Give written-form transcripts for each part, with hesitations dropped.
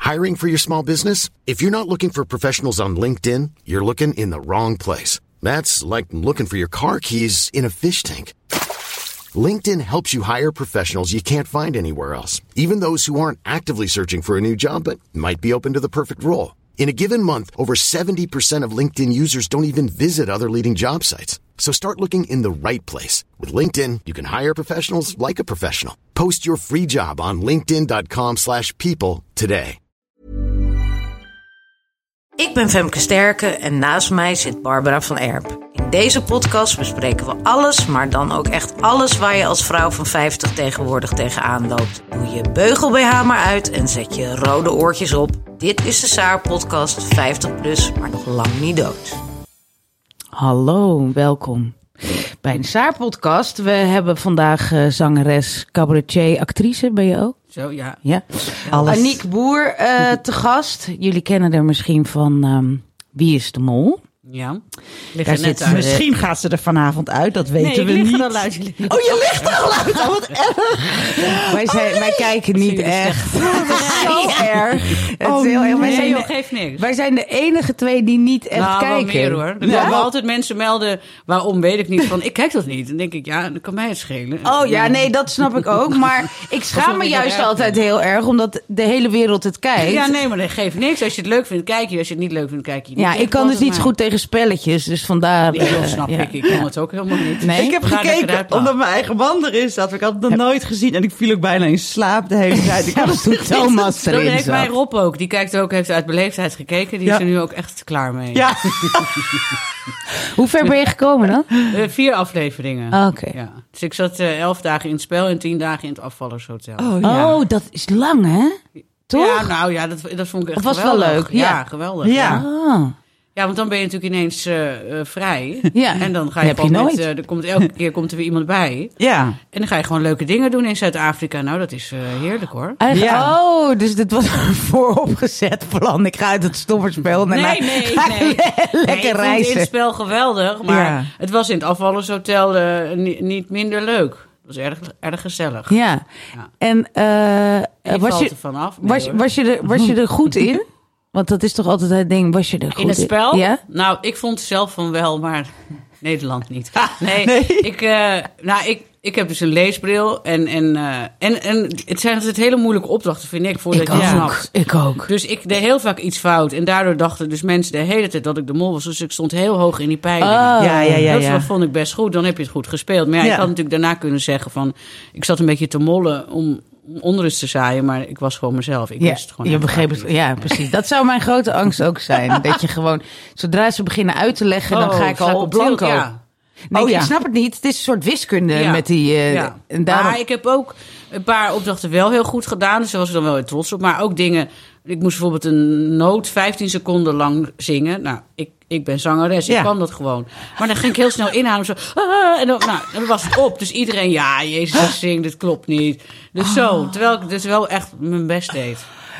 Hiring for your small business? If you're not looking for professionals on LinkedIn, you're looking in the wrong place. That's like looking for your car keys in a fish tank. LinkedIn helps you hire professionals you can't find anywhere else, even those who aren't actively searching for a new job but might be open to the perfect role. In a given month, over 70% of LinkedIn users don't even visit other leading job sites. So start looking in the right place. With LinkedIn, you can hire professionals like a professional. Post your free job on linkedin.com/people today. Ik ben Femke Sterke en naast mij zit Barbara van Erp. In deze podcast bespreken we alles, maar dan ook echt alles waar je als vrouw van 50 tegenwoordig tegenaan loopt. Doe je beugel-BH maar uit en zet je rode oortjes op. Dit is de Saar-podcast 50+, maar nog lang niet dood. Hallo, welkom bij de Saar-podcast. We hebben vandaag zangeres, cabaretier, actrice, ben je ook? Zo, ja. Ja. Aniek Boer te gast. Jullie kennen haar misschien van Wie is de Mol? Ja. Misschien gaat ze er vanavond uit, dat weten we niet. Nee, al uit. Oh, je ligt er al uit. Oh, wat erg. Wij kijken niet echt. Zo erg. Het is heel erg. Nee, geeft niks. Wij zijn de enige twee die niet echt kijken. Wel meer, hoor. Er komen altijd mensen melden, waarom weet ik niet, van ik kijk dat niet. Dan denk ik, ja, dan kan mij het schelen. Oh ja, nee, dat snap ik ook. Maar ik schaam me juist altijd heel erg, omdat de hele wereld het kijkt. Ja, nee, maar dat geeft niks. Als je het leuk vindt, kijk je. Als je het niet leuk vindt, kijk je niet. Ja, ik kan dus niet zo goed tegen spelletjes, dus vandaar... Nee, dat snap ik. Ik kan het ook helemaal niet. Nee? Ik heb gekeken, omdat mijn eigen man erin zat. Ik had het nog nooit gezien en ik viel ook bijna in slaap de hele tijd. Ik had het toen Thomas dat erin heeft zat. mijn Rob ook. Die kijkt ook, heeft uit beleefdheid gekeken. Die is er nu ook echt klaar mee. Ja. Hoe ver ben je gekomen dan? 4 afleveringen. Oké. Ja. Dus ik zat 11 dagen in het spel en 10 dagen in het afvallershotel. Oh, dat is lang, hè? Toch? Ja, nou ja, dat vond ik echt was geweldig. wel leuk. Ja, geweldig. Ja. Oh. Ja, want dan ben je natuurlijk ineens vrij. Ja. En dan ga je Heb gewoon je nooit. elke keer komt er weer iemand bij. Ja. En dan ga je gewoon leuke dingen doen in Zuid-Afrika. Nou, dat is heerlijk hoor. Oh, dus dit was een vooropgezet plan. Ik ga uit het stofferspel. Nee. Lekker ik vond reizen. in het spel geweldig. Maar Ja. het was in het afvallershotel niet minder leuk. Het was erg gezellig. Ja. Ja. En Ik was valt je... er vanaf. Was je er goed in? Want dat is toch altijd het ding. Was je er goed in? In het spel? Ja? Nou, ik vond zelf van wel, maar Nederland niet. Nee. Ik heb dus een leesbril. En het zijn altijd hele moeilijke opdrachten, vind ik, voordat je het snapt. Ik ook. Dus ik deed heel vaak iets fout. En daardoor dachten dus mensen de hele tijd dat ik de mol was. Dus ik stond heel hoog in die peilingen. Oh. Dat vond ik best goed. Dan heb je het goed gespeeld. Maar ja, ik had natuurlijk daarna kunnen zeggen van... Ik zat een beetje te mollen om onrust te zaaien, maar ik was gewoon mezelf. Ik wist het gewoon. Je begreep het. Ja, precies. Dat zou mijn grote angst ook zijn. Dat je gewoon, zodra ze beginnen uit te leggen, dan ga ik al op blanco. Ja. Nee, ik snap het niet. Het is een soort wiskunde met die... en daarom... Maar ik heb ook een paar opdrachten wel heel goed gedaan. Dus daar was ik dan wel weer trots op. Maar ook dingen... Ik moest bijvoorbeeld een noot 15 seconden lang zingen. Nou, ik ben zangeres, ik kan dat gewoon. Maar dan ging ik heel snel inhouden. Zo, en dan was het op. Dus iedereen, ja, Jezus zingt, dit klopt niet. Dus zo, terwijl ik dus wel echt mijn best deed.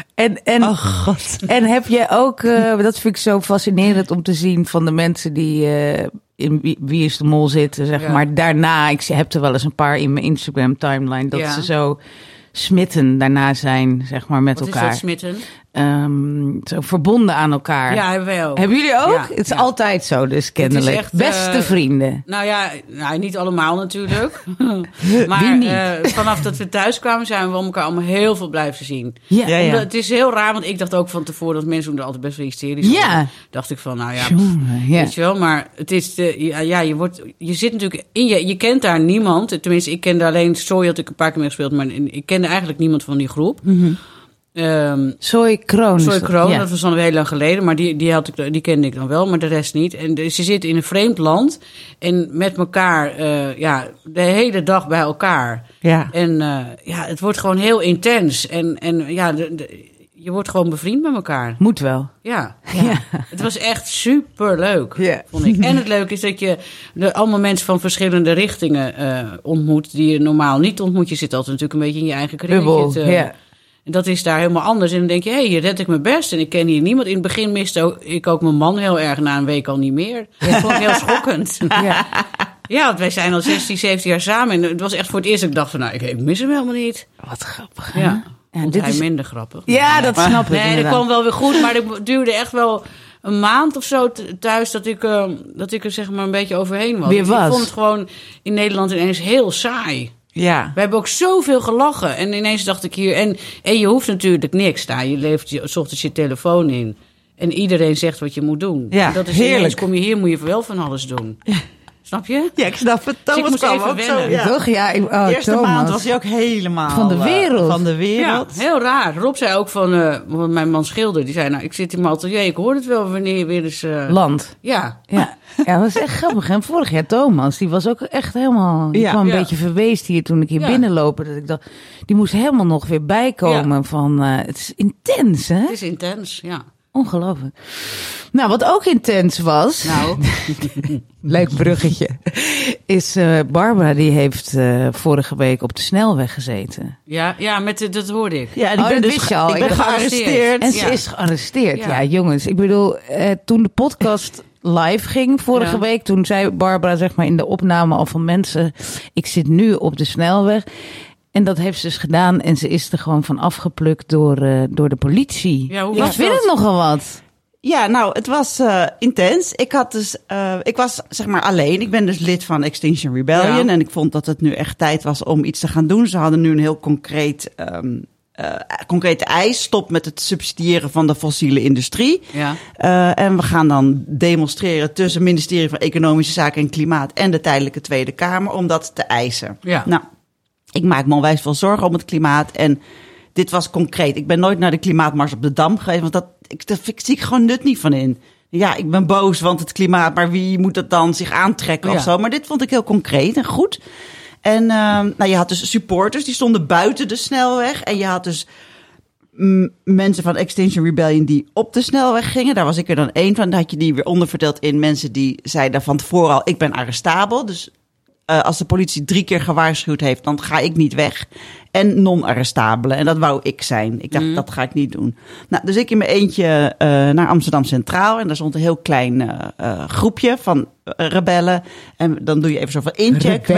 En heb je ook, dat vind ik zo fascinerend om te zien van de mensen die in Wie is de Mol zitten, zeg maar. Daarna, ik heb er wel eens een paar in mijn Instagram timeline, dat ze zo smitten daarna zijn, zeg maar, met elkaar. Wat is dat, smitten? Zo verbonden aan elkaar. Ja, hebben wij ook. Hebben jullie ook? Ja, het is altijd zo, dus kennelijk. Echt, beste vrienden. Nou ja, niet allemaal natuurlijk. Maar wie niet? Vanaf dat we thuis kwamen zijn we elkaar allemaal heel veel blijven zien. Ja. Omdat, het is heel raar, want ik dacht ook van tevoren dat mensen doen er altijd best wel hysterisch over. Ja. Dacht ik van, weet je wel. Maar het is, je zit natuurlijk je kent daar niemand. Tenminste, ik kende alleen Soy, had ik een paar keer mee gespeeld, maar ik kende eigenlijk niemand van die groep. Mm-hmm. Soy Kroon, dat was al heel lang geleden, maar die kende ik dan wel, maar de rest niet. En ze zitten in een vreemd land en met elkaar, de hele dag bij elkaar. Ja. En het wordt gewoon heel intens. Je wordt gewoon bevriend met elkaar. Moet wel. Ja. Het was echt superleuk, vond ik. En het leuke is dat je allemaal mensen van verschillende richtingen ontmoet, die je normaal niet ontmoet. Je zit altijd natuurlijk een beetje in je eigen kringetje. En dat is daar helemaal anders. En dan denk je, hier red ik mijn best. En ik ken hier niemand. In het begin miste ik ook mijn man heel erg. Na een week al niet meer. Dat vond ik heel schokkend. Ja, want wij zijn al 16, 17 jaar samen. En het was echt voor het eerst dat ik dacht van, ik mis hem helemaal niet. Wat grappig. Ja. vond hij minder grappig. Ja, dat snap ik. Nee, dat kwam wel weer goed, maar het duurde echt wel een maand of zo thuis dat ik er zeg maar een beetje overheen was. Weer was. Ik vond het gewoon in Nederland ineens heel saai. Ja. We hebben ook zoveel gelachen. En ineens dacht ik hier... En je hoeft natuurlijk niks daar. Je levert 's ochtends je telefoon in. En iedereen zegt wat je moet doen. Ja, dat is heerlijk. Ineens kom je hier, moet je wel van alles doen. Ja. Snap je? Ja, ik snap het. Thomas moest kwam even ook wennen. zo. Ja. Toch? Ja, De eerste maand was hij ook helemaal... Van de wereld. Van de wereld. Ja, heel raar. Rob zei ook van mijn man schilder. Die zei, ik zit in mijn atelier. Ik hoor het wel wanneer je weer eens... Land. Ja. Ja, dat was echt grappig. En vorig jaar Thomas, die was ook echt helemaal... Die kwam een beetje verweest hier toen ik hier binnenlopen. Dat ik dacht, die moest helemaal nog weer bijkomen van... het is intens, hè? Het is intens, ja. Ongelooflijk. Nou, wat ook intens was... Nou. Leuk bruggetje. Is Barbara, die heeft vorige week op de snelweg gezeten. Ja, dat hoorde ik. Ja, en ik ben dat dus wist je al. ik ben gearresteerd. En ze is gearresteerd. Ja, jongens. Ik bedoel, toen de podcast live ging vorige week... toen zei Barbara zeg maar in de opname al van mensen... ik zit nu op de snelweg... En dat heeft ze dus gedaan en ze is er gewoon van afgeplukt door de politie. Ja, hoe ik vind het nogal wat. Ja, nou, het was intens. Ik was zeg maar alleen. Ik ben dus lid van Extinction Rebellion. En ik vond dat het nu echt tijd was om iets te gaan doen. Ze hadden nu een heel concrete eis. Stop met het subsidiëren van de fossiele industrie. Ja. En we gaan dan demonstreren tussen het ministerie van Economische Zaken en Klimaat en de tijdelijke Tweede Kamer om dat te eisen. Ja. Nou, ik maak me onwijs veel zorgen om het klimaat en dit was concreet. Ik ben nooit naar de klimaatmars op de Dam geweest, want daar zie ik gewoon nut niet van in. Ja, ik ben boos, want het klimaat, maar wie moet het dan zich aantrekken of zo? Maar dit vond ik heel concreet en goed. En je had dus supporters, die stonden buiten de snelweg. En je had dus mensen van Extinction Rebellion die op de snelweg gingen. Daar was ik er dan één van. Dan had je die weer onderverdeeld in mensen die zeiden van tevoren al, ik ben arrestabel. Dus als de politie 3 keer gewaarschuwd heeft, dan ga ik niet weg. En non-arrestabelen. En dat wou ik zijn. Ik dacht, dat ga ik niet doen. Nou, dus ik in mijn eentje naar Amsterdam Centraal. En daar stond een heel klein groepje van rebellen. En dan doe je even zo van incheck.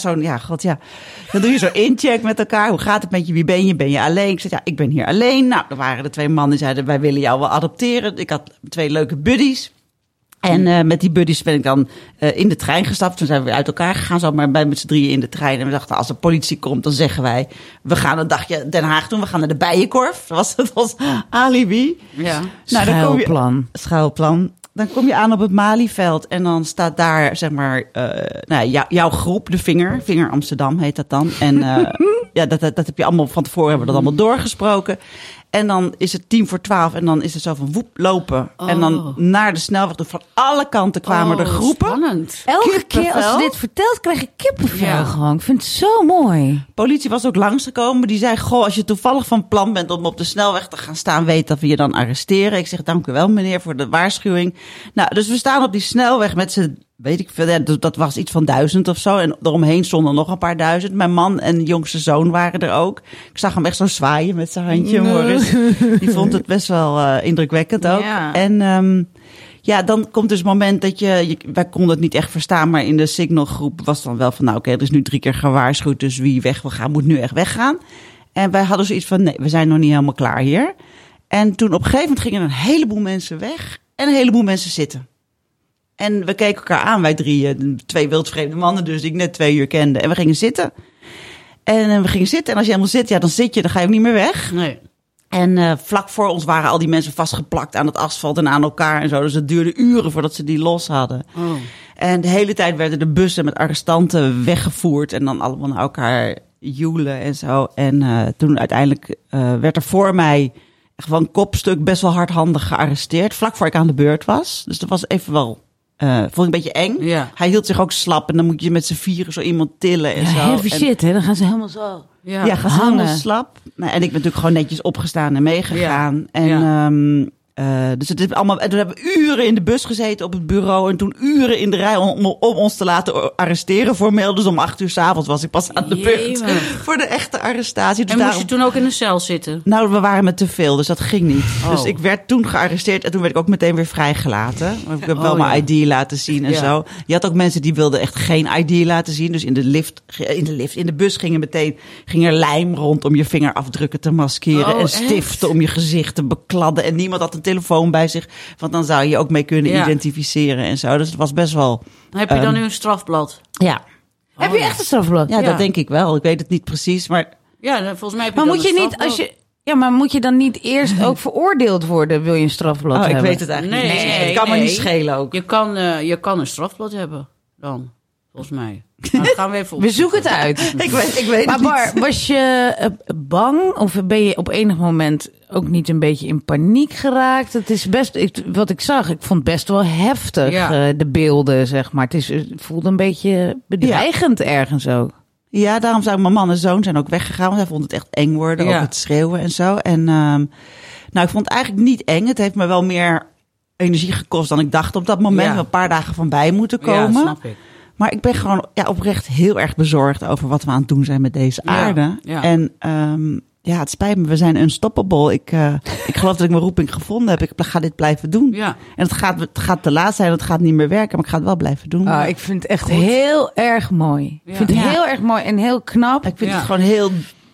Dan doe je zo incheck met elkaar. Hoe gaat het met je? Wie ben je? Ben je alleen? Ik zei, ik ben hier alleen. Nou, er waren de 2 mannen die zeiden, wij willen jou wel adopteren. Ik had 2 leuke buddies. En met die buddies ben ik dan in de trein gestapt. Toen zijn we weer uit elkaar gegaan, zo maar met z'n 3 in de trein. En we dachten, als de politie komt, dan zeggen wij, we gaan een dagje Den Haag doen. We gaan naar de Bijenkorf. Dat was alibi. Ja. Nou, schuilplan. Dan kom je aan op het Malieveld en dan staat daar, zeg maar, jouw groep, de Vinger Amsterdam heet dat dan. En dat heb je allemaal van tevoren, hebben we dat allemaal doorgesproken. En dan is het 11:10 en dan is het zo van woep lopen. Oh. En dan naar de snelweg. Dus van alle kanten kwamen er groepen. Spannend. Elke keer als ze dit vertelt, krijg ik kippenvel gewoon. Ik vind het zo mooi. Politie was ook langsgekomen. Die zei, als je toevallig van plan bent om op de snelweg te gaan staan, weet dat we je dan arresteren. Ik zeg, dank u wel meneer voor de waarschuwing. Nou, dus we staan op die snelweg met z'n, weet ik veel, dat was iets van 1000 of zo. En eromheen stonden nog een paar duizend. Mijn man en jongste zoon waren er ook. Ik zag hem echt zo zwaaien met zijn handje, Morris. Die vond het best wel indrukwekkend ook. Ja. En dan komt dus het moment dat wij konden het niet echt verstaan, maar in de signalgroep was dan wel van, oké, er is nu 3 keer gewaarschuwd, dus wie weg wil gaan, moet nu echt weggaan. En wij hadden zoiets van, nee, we zijn nog niet helemaal klaar hier. En toen op een gegeven moment gingen een heleboel mensen weg en een heleboel mensen zitten. En we keken elkaar aan, wij 2 wildvreemde mannen dus, die ik net 2 uur kende. En we gingen zitten. En we gingen zitten. En als je helemaal zit, dan zit je, dan ga je ook niet meer weg. Nee. En vlak voor ons waren al die mensen vastgeplakt aan het asfalt en aan elkaar en zo. Dus het duurde uren voordat ze die los hadden. Oh. En de hele tijd werden de bussen met arrestanten weggevoerd. En dan allemaal naar elkaar joelen en zo. En toen uiteindelijk werd er voor mij gewoon kopstuk best wel hardhandig gearresteerd. Vlak voor ik aan de beurt was. Dus dat was even wel... vond ik een beetje eng. Ja. Hij hield zich ook slap en dan moet je met z'n 4 zo iemand tillen en zo. Heavy shit, hè? Dan gaan ze helemaal zo. Ja, gaan ze helemaal slap. Nou, en ik ben natuurlijk gewoon netjes opgestaan en meegegaan. Ja. En Dus het is allemaal. En toen hebben we uren in de bus gezeten op het bureau. En toen uren in de rij om ons te laten arresteren formeel. Dus om 8:00 'avonds was ik pas aan de beurt voor de echte arrestatie. Dus en moest je toen ook in een cel zitten? Nou, we waren met te veel, dus dat ging niet. Dus ik werd toen gearresteerd en toen werd ik ook meteen weer vrijgelaten. Ik heb wel mijn ID laten zien en zo. Je had ook mensen die wilden echt geen ID laten zien. Dus in de bus ging er lijm rond om je vingerafdrukken te maskeren. En stiften om je gezicht te bekladden. En niemand had een telefoon bij zich, want dan zou je je ook mee kunnen identificeren en zo. Dus het was best wel... Heb je dan nu een strafblad? Ja. Heb je echt een strafblad? Ja, dat denk ik wel. Ik weet het niet precies, maar... Ja, volgens mij heb je maar dan moet je niet, maar moet je dan niet eerst ook veroordeeld worden, wil je een strafblad hebben? Ik weet het eigenlijk niet. Nee, het kan me niet schelen ook. Je kan een strafblad hebben dan, volgens mij. Nou, dan gaan we even we zoeken het uit. ik weet maar het niet. Maar was je bang of ben je op enig moment ook niet een beetje in paniek geraakt? Het is best, wat ik zag, ik vond best wel heftig, de beelden, zeg maar. Het voelde een beetje bedreigend ergens ook. Ja, daarom zijn mijn man en zoon zijn ook weggegaan. Want hij vond het echt eng worden, ook het schreeuwen en zo. En ik vond het eigenlijk niet eng. Het heeft me wel meer energie gekost dan ik dacht op dat moment. We een paar dagen van bij moeten komen. Ja, snap ik. Maar ik ben gewoon oprecht heel erg bezorgd over wat we aan het doen zijn met deze aarde. Ja. En het spijt me, we zijn unstoppable. Ik geloof dat ik mijn roeping gevonden heb. Ik ga dit blijven doen. Ja. En het gaat te laat zijn, het gaat niet meer werken, maar ik ga het wel blijven doen. Ik vind het echt heel erg mooi. Ik vind het heel erg mooi en heel knap. Ik vind het gewoon heel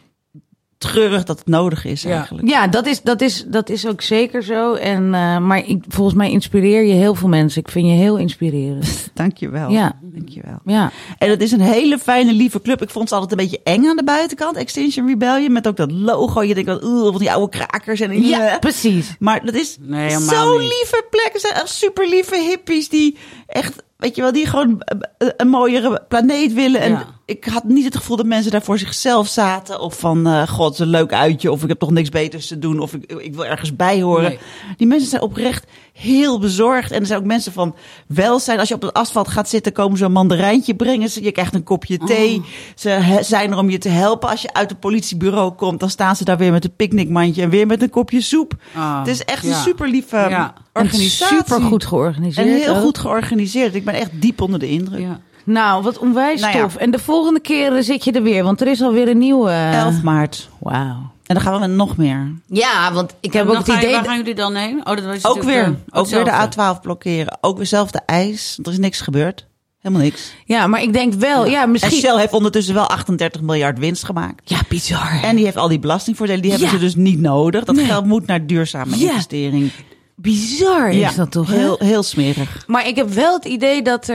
treurig dat het nodig is eigenlijk. Ja, dat is ook zeker zo. En, maar volgens mij inspireer je heel veel mensen. Ik vind je heel inspirerend. Dankjewel. Ja. Dankjewel. Ja. En het is een hele fijne, lieve club. Ik vond ze altijd een beetje eng aan de buitenkant. Extinction Rebellion, met ook dat logo. Je denkt van die oude krakers. Ja, precies. Maar dat is zo'n lieve plek. Het zijn echt super lieve hippies die echt... Weet je wel, die gewoon een mooiere planeet willen. En ik had niet het gevoel dat mensen daar voor zichzelf zaten. Of van, god, het is een leuk uitje. Of ik heb toch niks beters te doen. Of ik wil ergens bij horen. Nee. Die mensen zijn oprecht heel bezorgd. En er zijn ook mensen van welzijn. Als je op het asfalt gaat zitten, komen ze een mandarijntje brengen. Je krijgt een kopje thee. Ze zijn er om je te helpen. Als je uit het politiebureau komt, dan staan ze daar weer met een picknickmandje. En weer met een kopje soep. Het is echt een super lieve organisatie. Super goed georganiseerd. En heel goed georganiseerd. Ik ben echt diep onder de indruk. Ja. Nou, wat onwijs tof. En de volgende keer zit je er weer, want er is alweer een nieuwe... 11 maart. Wauw. En dan gaan we met nog meer. Ja, want ik heb ook het idee... Waar gaan jullie dan heen? Oh, dat was ook weer de A12 blokkeren. Ook weer zelf de ijs. Er is niks gebeurd. Helemaal niks. Ja, maar ik denk wel... Ja, misschien... En Shell heeft ondertussen wel 38 miljard winst gemaakt. Ja, bizar. En die heeft al die belastingvoordelen. Die hebben ze dus niet nodig. Dat geld moet naar duurzame investering. Bizar is dat toch? Heel smerig. Maar ik heb wel het idee dat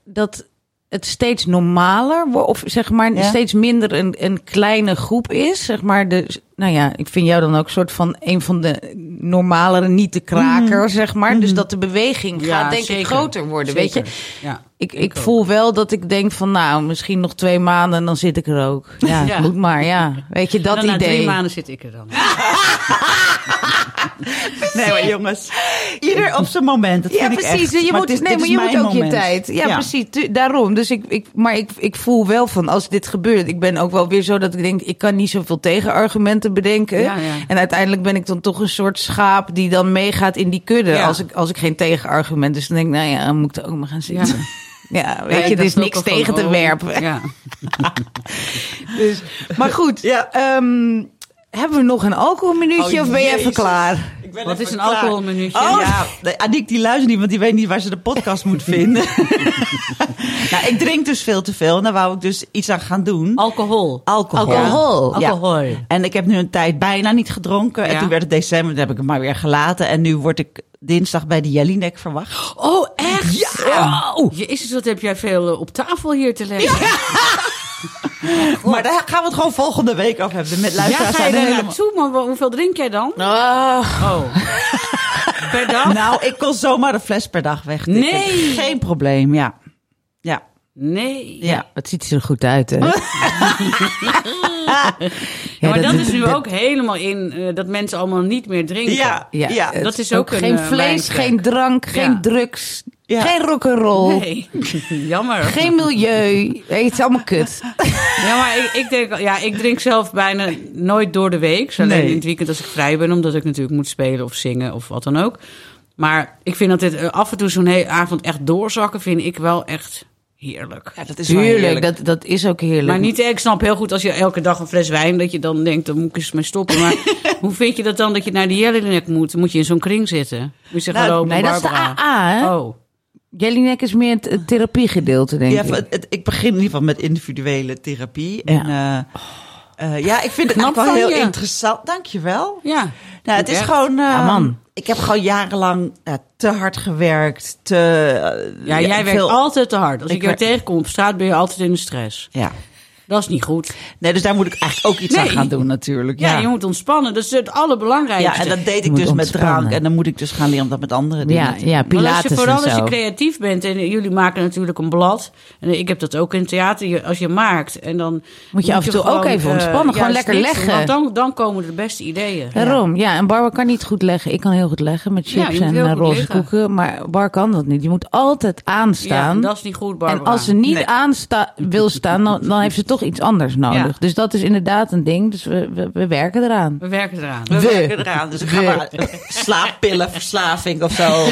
het steeds normaler wordt, of zeg maar steeds minder een kleine groep is. Zeg maar ik vind jou dan ook soort van een van de normalere, niet de kraker, zeg maar. Dus dat de beweging gaat denk ik groter worden, weet je. Ja. Ik voel wel dat ik denk van misschien nog 2 maanden en dan zit ik er ook. Ja, het moet maar, weet je, dat dan idee. Na 3 maanden zit ik er dan. Nee, maar jongens, ieder op zijn moment. Dat vind ik precies. Echt. Je moet ook je tijd. Ja, precies. Daarom. Dus ik voel wel van als dit gebeurt. Ik ben ook wel weer zo dat ik denk, ik kan niet zoveel tegenargumenten bedenken. Ja. En uiteindelijk ben ik dan toch een soort schaap die dan meegaat in die kudde. Ja. Als ik geen tegenargument. Dus dan denk ik, dan moet ik er ook maar gaan zitten. Ja, weet je, er is niks tegen te werpen. Ja. Dus, maar goed, hebben we nog een alcoholminuutje of ben je even klaar? Wat is een alcoholminuutje? Aniek die luistert niet, want die weet niet waar ze de podcast moet vinden. Ik drink dus veel te veel en daar wou ik dus iets aan gaan doen. Alcohol. Ja. En ik heb nu een tijd bijna niet gedronken. En toen werd het december, toen heb ik het maar weer gelaten. En nu word ik dinsdag bij de Jellinek verwacht. Oh, echt? Ja. Jezus, wat heb jij veel op tafel hier te leggen. Ja. Maar daar gaan we het gewoon volgende week over hebben. Met luisteraars. Ja, ga je daar naartoe? Maar hoeveel drink jij dan? Per dag? Nou, ik kon zomaar een fles per dag wegtikken. Nee. Geen probleem, ja. Nee. Ja, het ziet er goed uit, hè? Maar dat is nu ook helemaal in dat mensen allemaal niet meer drinken. Ja. Dat is ook geen vlees, geen drank, geen drugs, geen rock'n'roll. Nee, jammer. Geen milieu. Het is allemaal kut. Ja, maar ik denk, ik drink zelf bijna nooit door de week. Alleen in het weekend als ik vrij ben, omdat ik natuurlijk moet spelen of zingen of wat dan ook. Maar ik vind dat dit af en toe zo'n hele avond echt doorzakken, vind ik wel echt heerlijk. Ja, dat is heerlijk. Dat is ook heerlijk. Maar niet, ik snap heel goed als je elke dag een fles wijn, dat je dan denkt, dan moet ik eens mee stoppen. Maar hoe vind je dat dan, dat je naar de Jelinek moet? Moet je in zo'n kring zitten? Moet je zeggen, hallo, nee, Barbara. Dat is de AA, hè? Oh. Jelinek is meer het therapiegedeelte, denk ik. Ik begin in ieder geval met individuele therapie. En ik vind het ook wel heel interessant. Dankjewel. Ja. Nou, het is gewoon... man. Ik heb gewoon jarenlang te hard gewerkt. Jij werkt altijd te hard. Als ik jou tegenkom op straat, ben je altijd in de stress. Ja. Dat is niet goed. Nee, dus daar moet ik eigenlijk ook iets aan gaan doen natuurlijk. Ja, je moet ontspannen. Dat is het allerbelangrijkste. Ja, en dat deed ik dus met drank. En dan moet ik dus gaan leren om dat met andere dingen te doen. Ja, pilates vooral als je creatief bent. En jullie maken natuurlijk een blad. En ik heb dat ook in het theater. Als je maakt. En dan moet je af en toe gewoon, ook even ontspannen. Gewoon lekker leggen. Want dan komen de beste ideeën. Daarom. Ja, en Barbara kan niet goed leggen. Ik kan heel goed leggen met chips en roze koeken. Maar Bar kan dat niet. Je moet altijd aanstaan. Ja, dat is niet goed, Barbara. En als ze niet wil staan, dan heeft ze toch iets anders nodig. Ja. Dus dat is inderdaad een ding. Dus we werken eraan. We werken eraan. Dus ik ga maar slaappillenverslaving of zo.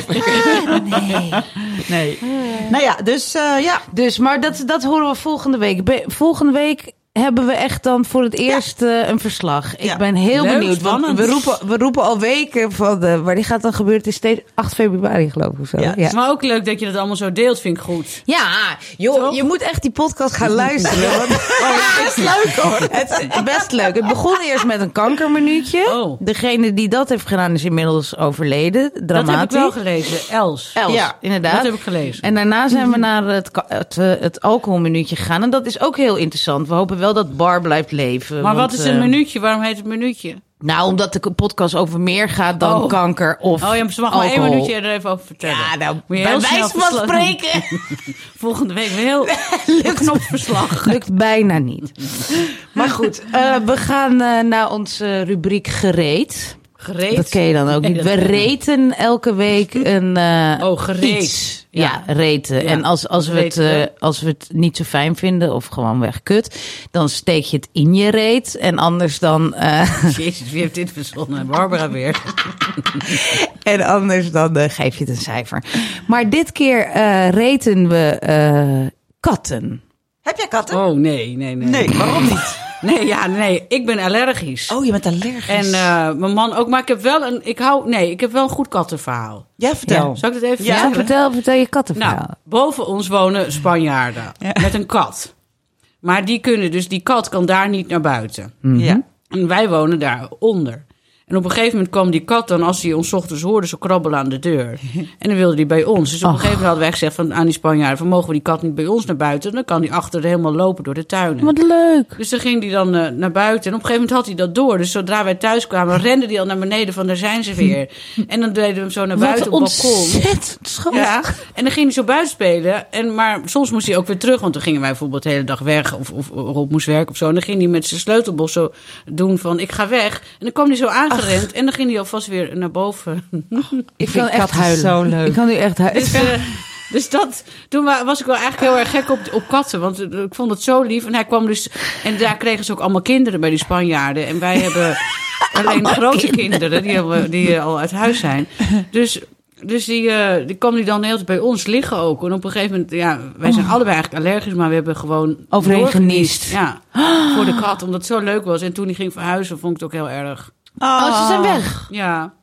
Nee. Nou ja, dus maar dat horen we volgende week. Volgende week hebben we echt dan voor het eerst een verslag. Ik ben heel benieuwd. Want we roepen al weken van waar die gaat dan gebeuren. Het is steeds 8 februari geloof ik of zo. Ja. Het is maar ook leuk dat je dat allemaal zo deelt, vind ik goed. Ja, joh, je moet echt die podcast gaan luisteren. Want, het is leuk hoor. Het is best leuk. Het begon eerst met een kankerminuutje. Oh. Degene die dat heeft gedaan is inmiddels overleden. Dramatisch. Dat heb ik wel gelezen. Els. Ja, inderdaad. Dat heb ik gelezen. En daarna zijn we naar het alcoholminuutje gegaan. En dat is ook heel interessant. We hopen wel dat Bar blijft leven. Maar wat is een minuutje? Waarom heet het minuutje? Nou, omdat de podcast over meer gaat dan kanker of ja, maar ze mag maar 1 minuutje er even over vertellen. Ja, nou, bij wijze van spreken. Volgende week weer heel knopverslag. Lukt bijna niet. Maar goed, we gaan naar onze rubriek Gereed. Gereed? Dat ken je dan ook niet. We reten elke week een gereed. iets. Ja, reten. Ja. En als we het niet zo fijn vinden of gewoonweg kut, dan steek je het in je reet. En anders dan... Jezus, wie heeft dit verzonnen? Barbara weer. En anders dan geef je het een cijfer. Maar dit keer reten we katten. Heb jij katten? Oh, nee. Nee, waarom niet? Nee, ik ben allergisch. Oh, je bent allergisch. En mijn man ook, maar ik heb wel ik heb wel een goed kattenverhaal. Ja, vertel. Ja. Zal ik dat even vertellen? Ja, vertel je kattenverhaal. Nou, boven ons wonen Spanjaarden met een kat. Maar die kat kan daar niet naar buiten. Mm-hmm. Ja. En wij wonen daaronder. En op een gegeven moment kwam die kat dan, als hij ons ochtends hoorde, zo krabbelen aan de deur. En dan wilde hij bij ons. Dus op een gegeven moment hadden wij gezegd aan die Spanjaarden, van mogen we die kat niet bij ons naar buiten? Dan kan hij achter helemaal lopen door de tuinen. Wat leuk. Dus dan ging hij dan naar buiten. En op een gegeven moment had hij dat door. Dus zodra wij thuis kwamen, rende hij al naar beneden van daar zijn ze weer. En dan deden we hem zo naar buiten op het balkon. Ontzettend schattig. Ja, en dan ging hij zo buiten spelen. Maar soms moest hij ook weer terug. Want dan gingen wij bijvoorbeeld de hele dag weg. Of Rob moest werken of zo. En dan ging hij met zijn sleutelbos zo doen van ik ga weg. En dan kwam hij zo aangerend. En dan ging hij alvast weer naar boven. Ik kan echt huilen. Zo leuk. Ik kan nu echt huilen. Dus toen was ik wel eigenlijk heel erg gek op katten. Want ik vond het zo lief. En hij kwam dus... En daar kregen ze ook allemaal kinderen bij die Spanjaarden. En wij hebben alleen grote kinderen die al uit huis zijn. Dus die kwam die dan de hele tijd bij ons liggen ook. En op een gegeven moment... wij zijn allebei eigenlijk allergisch. Maar we hebben gewoon... Overheen geniest. Ja, voor de kat. Omdat het zo leuk was. En toen hij ging verhuizen, vond ik het ook heel erg. Oh, ze zijn weg. Ja.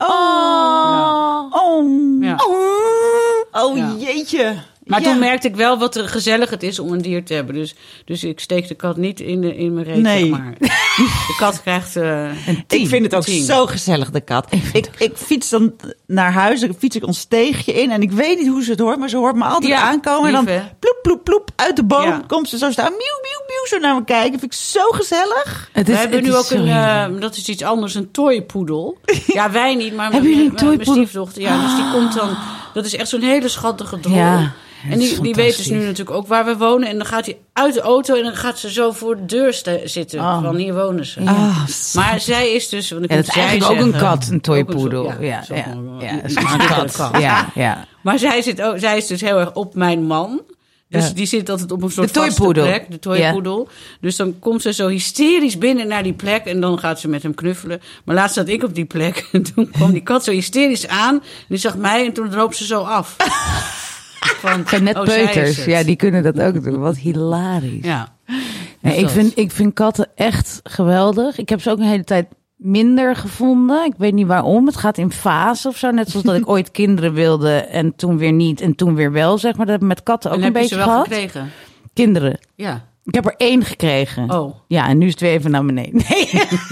Jeetje. Maar toen merkte ik wel wat gezellig het is om een dier te hebben. Dus ik steek de kat niet in mijn reet, zeg maar. De kat krijgt een 10. Ik vind het ook zo gezellig, de kat. Ik fiets dan naar huis, dan fiets ik ons steegje in. En ik weet niet hoe ze het hoort, maar ze hoort me altijd aankomen. Lief, en dan ploep, ploep, ploep, uit de boom komt ze zo staan. Miauw, miauw, miauw, zo naar me kijken. Vind ik zo gezellig. We hebben nu ook dat is iets anders, een toypoedel. Ja, wij niet, maar mijn stiefdochter. Ja, dus die komt dan... Dat is echt zo'n hele schattige drol. Ja. En die weet dus nu natuurlijk ook waar we wonen. En dan gaat hij uit de auto en dan gaat ze zo voor de deur zitten. Van hier wonen ze. Maar zij is dus... Want dat is eigenlijk ook een kat, een toypoedel. Ja, dat is maar een kat. Ja. Maar zij is dus heel erg op mijn man. Dus die zit altijd op een soort vaste plek. De toypoedel. Ja. Dus dan komt ze zo hysterisch binnen naar die plek. En dan gaat ze met hem knuffelen. Maar laatst zat ik op die plek. En toen kwam die kat zo hysterisch aan. En die zag mij en toen droop ze zo af. Het zijn net peuters. Ja, die kunnen dat ook doen. Wat hilarisch. Ja. Ik vind katten echt geweldig. Ik heb ze ook een hele tijd minder gevonden. Ik weet niet waarom. Het gaat in fase of zo. Net zoals dat ik ooit kinderen wilde en toen weer niet en toen weer wel, zeg maar. Dat heb ik met katten ook een beetje gehad. En heb je ze wel gekregen? Kinderen. Ja. Ik heb er 1 gekregen. Oh. Ja, en nu is het weer even naar beneden. Nee.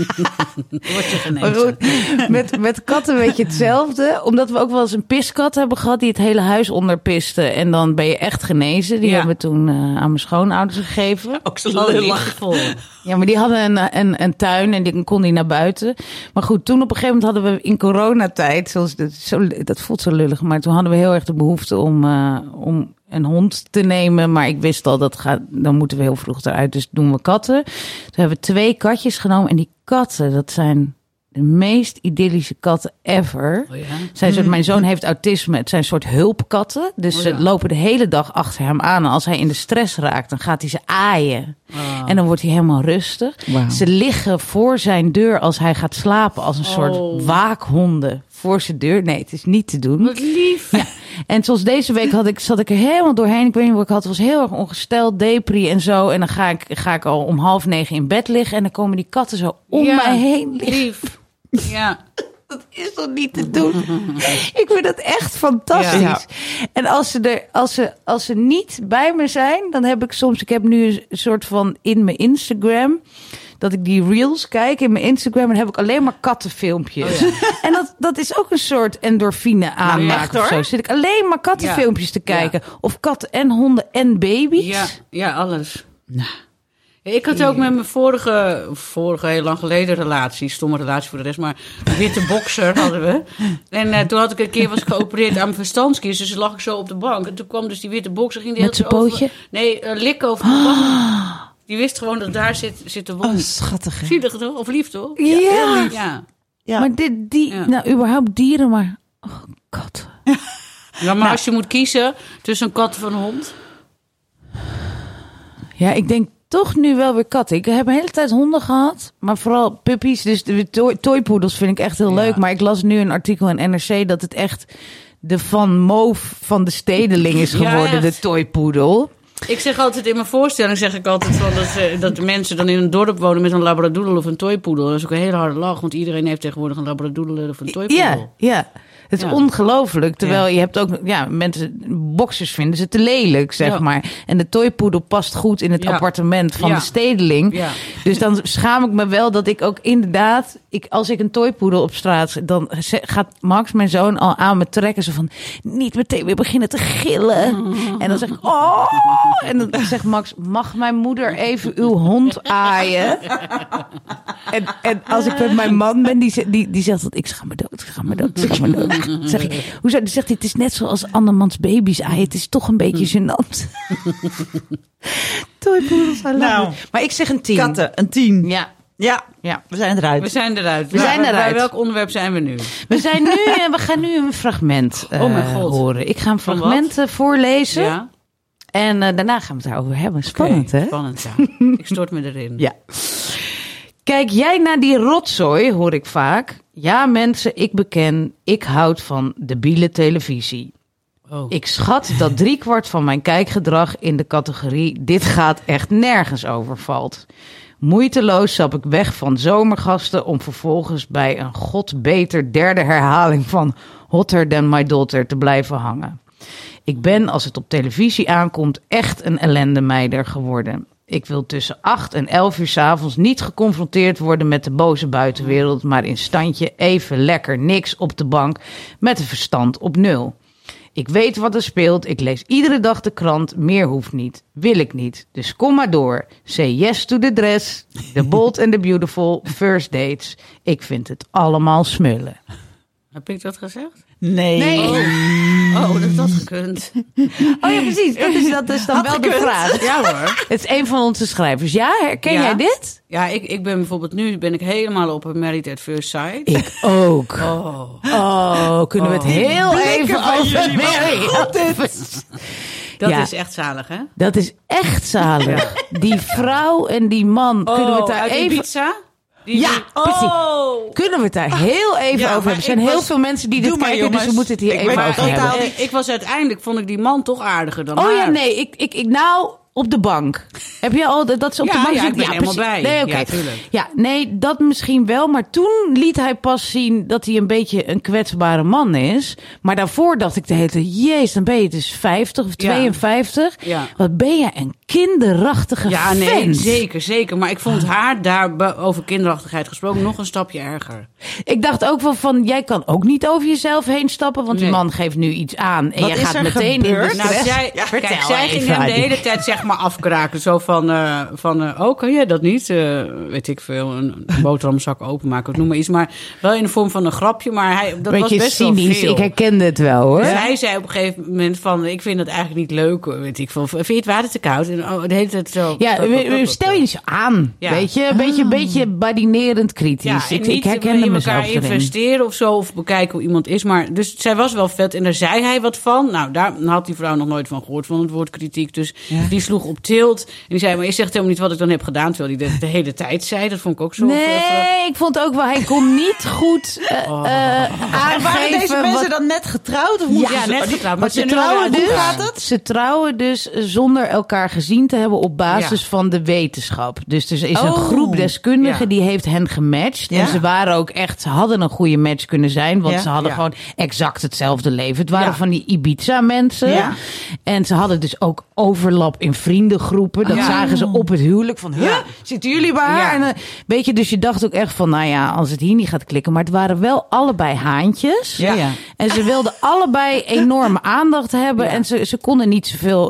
Word je genezen. Met katten weet je hetzelfde. Omdat we ook wel eens een piskat hebben gehad die het hele huis onderpiste. En dan ben je echt genezen. Die hebben we toen aan mijn schoonouders gegeven. Ook zo lullig. Ja, maar die hadden een tuin en die kon die naar buiten. Maar goed, toen op een gegeven moment hadden we in coronatijd, dat voelt zo lullig, maar toen hadden we heel erg de behoefte om een hond te nemen. Maar ik wist al, dan moeten we heel vroeg eruit. Dus doen we katten. Toen hebben we 2 katjes genomen. En die katten, dat zijn de meest idyllische katten ever. Oh ja? Mijn zoon heeft autisme. Het zijn een soort hulpkatten. Dus ze lopen de hele dag achter hem aan. En als hij in de stress raakt, dan gaat hij ze aaien. Oh. En dan wordt hij helemaal rustig. Wow. Ze liggen voor zijn deur als hij gaat slapen. Als een soort waakhonden voor zijn deur. Nee, het is niet te doen. Wat lief. Ja. En zoals deze week zat ik er helemaal doorheen. Ik weet niet wat ik had. Het was heel erg ongesteld, depri en zo. En dan ga ik al om 8:30 in bed liggen. En dan komen die katten zo om mij heen liggen. Lief. Ja. Dat is toch niet te doen? Ik vind dat echt fantastisch. Ja. En als ze niet bij me zijn, dan heb ik soms... Ik heb nu een soort van in mijn Instagram... dat ik die reels kijk in mijn Instagram... en dan heb ik alleen maar kattenfilmpjes. Oh ja. En dat is ook een soort endorfine aanmaken of zo. Zit ik alleen maar kattenfilmpjes te kijken. Ja. Of katten en honden en baby's. Ja, alles. Nou. Ik had ook met mijn vorige heel lang geleden relatie, stomme relatie voor de rest, maar een witte bokser hadden we. En toen had ik een keer was geopereerd aan mijn verstandskies, dus lag ik zo op de bank. En toen kwam dus die witte bokser, ging die met zijn pootje? Likken over de bank. Die wist gewoon dat daar zit de wond. Oh, schattig. Zielig toch? Of lief toch? Ja. Ja. Maar nou überhaupt dieren, maar katten. Ja, maar als je moet kiezen tussen een kat of een hond? Ja, ik denk toch nu wel weer katten. Ik heb een hele tijd honden gehad, maar vooral puppies. Dus de toypoedels vind ik echt heel leuk. Maar ik las nu een artikel in NRC dat het echt de Van Moof van de stedeling is geworden, de toypoedel. Ik zeg altijd in mijn voorstelling dat de mensen dan in een dorp wonen met een labradoodle of een toypoedel. Dat is ook een hele harde lach, want iedereen heeft tegenwoordig een labradoodle of een toypoedel. Ja. Het is ongelooflijk. Terwijl je hebt ook... Ja, mensen... Boxers vinden ze te lelijk, zeg maar. En de toypoedel past goed in het appartement van de stedeling. Ja. Dus dan schaam ik me wel dat ik ook inderdaad... Als ik een toypoedel op straat... Dan gaat Max, mijn zoon, al aan me trekken. Zo van, niet meteen weer beginnen te gillen. En dan zeg ik... Oh! En dan zegt Max, mag mijn moeder even uw hond aaien? En als ik met mijn man ben, die zegt dat ik ga me dood. Zeg ik, hoezo? Dan zegt hij, het is net zoals andermans baby's aaien. Het is toch een beetje gênant. Toypoedels, maar ik zeg een 10. Katten, een 10. Ja, we zijn eruit. Bij welk onderwerp zijn we nu? We gaan nu een fragment horen. Ik ga een fragment voorlezen. Ja. En daarna gaan we het daarover hebben. Spannend, hè? Spannend, ja. Ik stort me erin. Ja. Kijk jij naar die rotzooi, hoor ik vaak. Ja, mensen, ik beken, ik houd van debiele televisie. Oh. Ik schat dat 3/4 van mijn kijkgedrag in de categorie dit gaat echt nergens over valt. Moeiteloos stap ik weg van Zomergasten om vervolgens bij een god beter 3e herhaling van Hotter Than My Daughter te blijven hangen. Ik ben, als het op televisie aankomt, echt een ellendemeider geworden. Ik wil tussen 8 en 11 uur 's avonds niet geconfronteerd worden met de boze buitenwereld, maar in standje even lekker niks op de bank met een verstand op 0. Ik weet wat er speelt, ik lees iedere dag de krant, meer hoeft niet, wil ik niet. Dus kom maar door, say yes to the dress, the bold and the beautiful, first dates. Ik vind het allemaal smullen. Heb ik dat gezegd? Nee. Oh, dat had gekund. Oh ja, precies. Dat is dan wel de vraag. Ja hoor. Het is een van onze schrijvers. Ja, herken jij dit? Ja, ik ben bijvoorbeeld nu helemaal op een Married at First Sight. Ik ook. Kunnen we het heel even over Married at First Sight? Dat is echt zalig, hè? Dat is echt zalig. Die vrouw en die man. Kunnen we het daar even... Ibiza? Precies. Kunnen we het daar heel even over hebben? Er zijn heel veel mensen die dit kijken, dus we moeten het hier even over hebben. Ik was uiteindelijk, vond ik die man toch aardiger dan haar. Oh ja, nee. Op de bank. Heb je al dat ze op de bank zitten? Ja, ik ben helemaal bij. Nee, oké. Ja, nee, dat misschien wel. Maar toen liet hij pas zien dat hij een beetje een kwetsbare man is. Maar daarvoor dacht ik de hele tijd, jezus, dan ben je dus 50 of 52. Ja. Wat ben je een kinderachtige vent. Nee, zeker. Maar ik vond haar daar over kinderachtigheid gesproken nog een stapje erger. Ik dacht ook wel van, jij kan ook niet over jezelf heen stappen. Want die man geeft nu iets aan. En jij gaat meteen in de stress. Zij ging hem de hele tijd zeg maar afkraken. Zo van kan jij dat niet? Weet ik veel, een boterhamzak openmaken of noem maar iets. Maar wel in de vorm van een grapje. Maar dat was best cynisch. Wel veel. Ik herkende het wel, hoor. Dus hij zei op een gegeven moment van, ik vind het eigenlijk niet leuk. Weet ik veel. Vind je het water te koud? En de hele tijd zo. Ja, stel je niet zo aan. Ja. Weet je, een beetje badinerend kritisch. Ja, ik herkende mezelf erin. Investeren of zo, of bekijken hoe iemand is. Maar dus zij was wel vet en daar zei hij wat van. Nou, daar had die vrouw nog nooit van gehoord, van het woord kritiek. Dus die sloeg op tilt. En die zei, maar je zegt helemaal niet wat ik dan heb gedaan, terwijl hij de hele tijd zei. Dat vond ik ook zo. Nee, ik vond ook wel, hij kon niet goed aangeven. Waren deze mensen dan net getrouwd? Of net getrouwd. Maar ze trouwen dus zonder elkaar gezien te hebben op basis van de wetenschap. Dus er is een groep deskundigen die heeft hen gematcht. Ja. En ze waren ook echt, hadden een goede match kunnen zijn. Want ze hadden gewoon exact hetzelfde leven. Het waren van die Ibiza mensen. Ja. En ze hadden dus ook overlap in vriendengroepen. Dat zagen ze op het huwelijk van, zitten jullie bij haar? En, weet je, dus je dacht ook echt van, nou ja, als het hier niet gaat klikken. Maar het waren wel allebei haantjes. Ja. Ja. En ze wilden allebei enorme aandacht hebben. Ja. En ze konden niet zoveel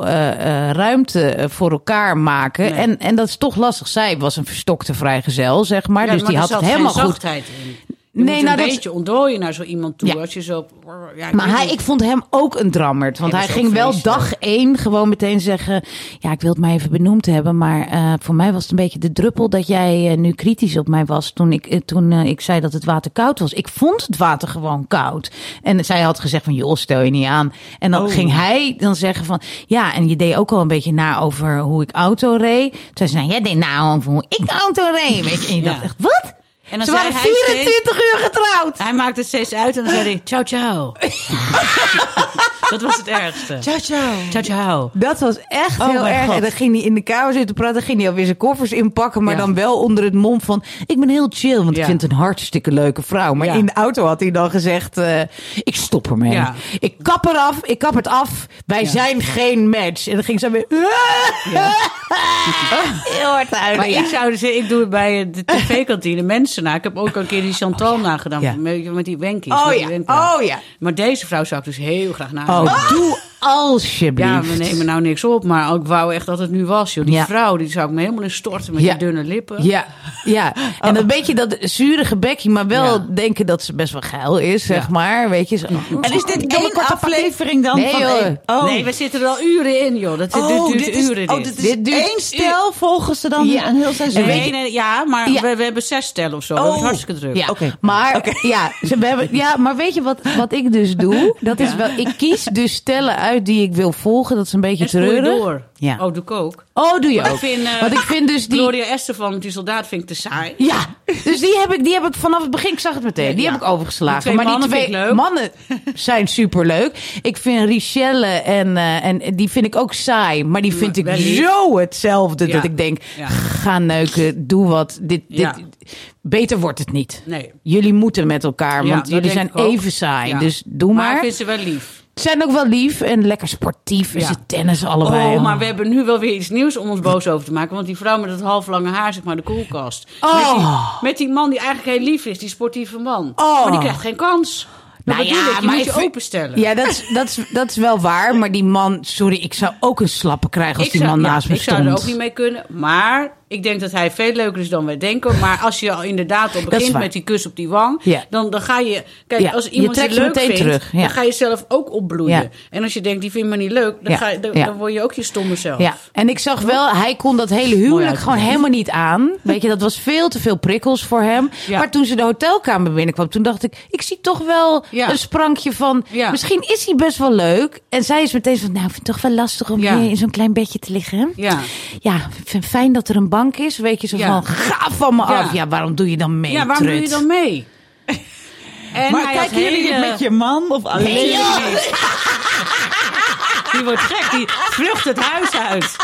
ruimte voor elkaar maken. Nee. En dat is toch lastig. Zij was een verstokte vrijgezel, zeg maar. Dus die had het helemaal goed. Je moet een beetje ontdooien naar zo iemand toe. Als je zo... Maar ik vond hem ook een drammerd. Want hij ging wel dag 1 gewoon meteen zeggen... Ja, ik wil het maar even benoemd hebben. Maar voor mij was het een beetje de druppel dat jij nu kritisch op mij was. Toen ik zei dat het water koud was. Ik vond het water gewoon koud. En zij had gezegd van, joh, stel je niet aan. En dan ging hij dan zeggen van... Ja, en je deed ook al een beetje na over hoe ik auto reed. Toen zei ze, nou, jij deed na over hoe ik auto reed. Weet je? En je dacht echt, wat? En dan ze waren 24 uur getrouwd. Hij maakte het steeds uit en dan zei hij, ciao, ciao. Dat was het ergste. Ciao, ciao. Ciao, ciao. Dat was echt heel erg. En dan ging hij in de kamer zitten praten. Dan ging hij alweer zijn koffers inpakken. Maar dan wel onder het mom van, ik ben heel chill. Want ik vind het een hartstikke leuke vrouw. Maar in de auto had hij dan gezegd, ik stop ermee. Ja. Ik kap het af. Wij zijn geen match. En dan ging ze weer... Heel hard uit. Maar ik zou zeggen, ik doe het bij de tv-kantine. Mensen. Ik heb ook een keer die Chantal nagedaan met die wenkies. Oh ja. Maar deze vrouw zou ik dus heel graag nadoen. Doe alsjeblieft. Ja, we nemen nou niks op, maar ik wou echt dat het nu was. Joh. Die vrouw, die zou ik me helemaal in storten met die dunne lippen. Ja. En een beetje dat zurige bekje, maar wel denken dat ze best wel geil is, zeg maar. Weet je. En is dit één aflevering dan? Nee, we zitten er al uren in, joh. Dat duurt uren. Dit duurt één stel, volgen ze dan een heel seizoen? Maar we hebben 6 stellen of zo. We hebben het hartstikke druk. Ja. Okay. Maar, maar weet je wat ik dus doe? Dat is wel, ik kies dus stellen uit die ik wil volgen. Dat is een beetje treurig. Door. Ja. Oh, doe ik ook. Oh, doe je ook. Want ik vind dus die... Gloria Estefan, die soldaat, vind ik te saai. Ja, dus die heb ik vanaf het begin, ik zag het meteen, die heb ik overgeslagen. Maar die twee mannen zijn superleuk. Ik vind Richelle en die vind ik ook saai. Maar die vind ik zo hetzelfde dat ik denk, ga neuken, doe wat. Dit beter wordt het niet. Nee. Jullie moeten met elkaar, want jullie zijn even saai. Ja. Dus doe maar. Maar ik vind ze wel lief. Ze zijn ook wel lief en lekker sportief. En ze tennis allebei. Oh, maar we hebben nu wel weer iets nieuws om ons boos over te maken. Want die vrouw met het halflange haar, zeg maar, de koelkast. Met die man die eigenlijk heel lief is, die sportieve man. Maar die krijgt geen kans. Nou ja, maar moet je openstellen. Ja, dat is wel waar. Maar die man, sorry, ik zou ook een slappe krijgen als die man naast me stond. Ik zou er ook niet mee kunnen. Maar ik denk dat hij veel leuker is dan wij denken. Maar als je al inderdaad al begint met die kus op die wang... dan ga je... Kijk, als iemand je leuk vindt, terug. Dan ga je zelf ook opbloeien. Ja. En als je denkt, die vindt me niet leuk... dan word je ook je stomme zelf. Ja. En ik zag wel, hij kon dat hele huwelijk gewoon helemaal niet aan. Weet je, dat was veel te veel prikkels voor hem. Ja. Maar toen ze de hotelkamer binnenkwam, toen dacht ik zie toch wel een sprankje van... Misschien is hij best wel leuk. En zij is meteen van, nou, ik vind het toch wel lastig om hier in zo'n klein bedje te liggen. Ja, ik vind het fijn dat er een bank is. Weet je, zo van, ga van me af. Ja, waarom doe je dan mee? Ja, waarom doe je dan mee? En maar kijken jullie het met je man of alleen? Nee, die wordt gek, die vlucht het huis uit.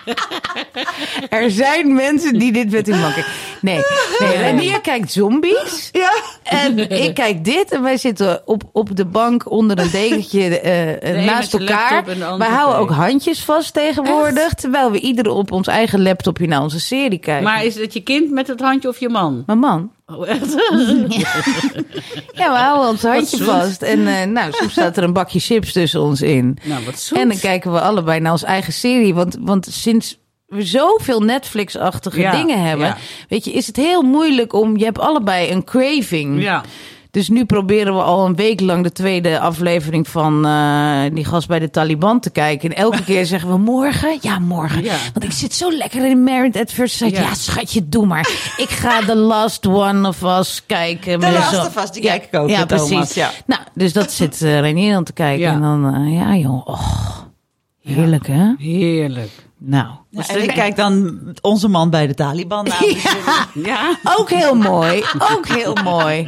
Er zijn mensen die dit met hun maken. Nee. Renier kijkt zombies. Ja. En ik kijk dit. En wij zitten op de bank onder een dekentje naast elkaar. Wij houden ook handjes vast tegenwoordig. Echt? Terwijl we ieder op ons eigen laptopje naar onze serie kijken. Maar is het je kind met het handje of je man? Mijn man. Oh, echt? Ja, we houden ons handje vast. En soms staat er een bakje chips tussen ons in. Nou, wat zoet. En dan kijken we allebei naar onze eigen serie. Want sinds we zoveel Netflix-achtige dingen hebben... weet je, is het heel moeilijk om... Je hebt allebei een craving. Ja. Dus nu proberen we al een week lang de tweede aflevering van die gast bij de Taliban te kijken. En elke keer zeggen we morgen. Ja, morgen. Ja. Want ik zit zo lekker in Married at First Sight. Ja, schatje, doe maar. Ik ga The Last One of Us kijken. The Last of Us, die kijk ik ook. Ja, precies. Ja. Nou, dus dat zit Renier aan te kijken. Ja. En dan, joh. Oh, heerlijk, hè? Heerlijk. Nou. Ja, en ik kijk dan onze man bij de Taliban naar. Ja, ook heel mooi. Ook heel mooi.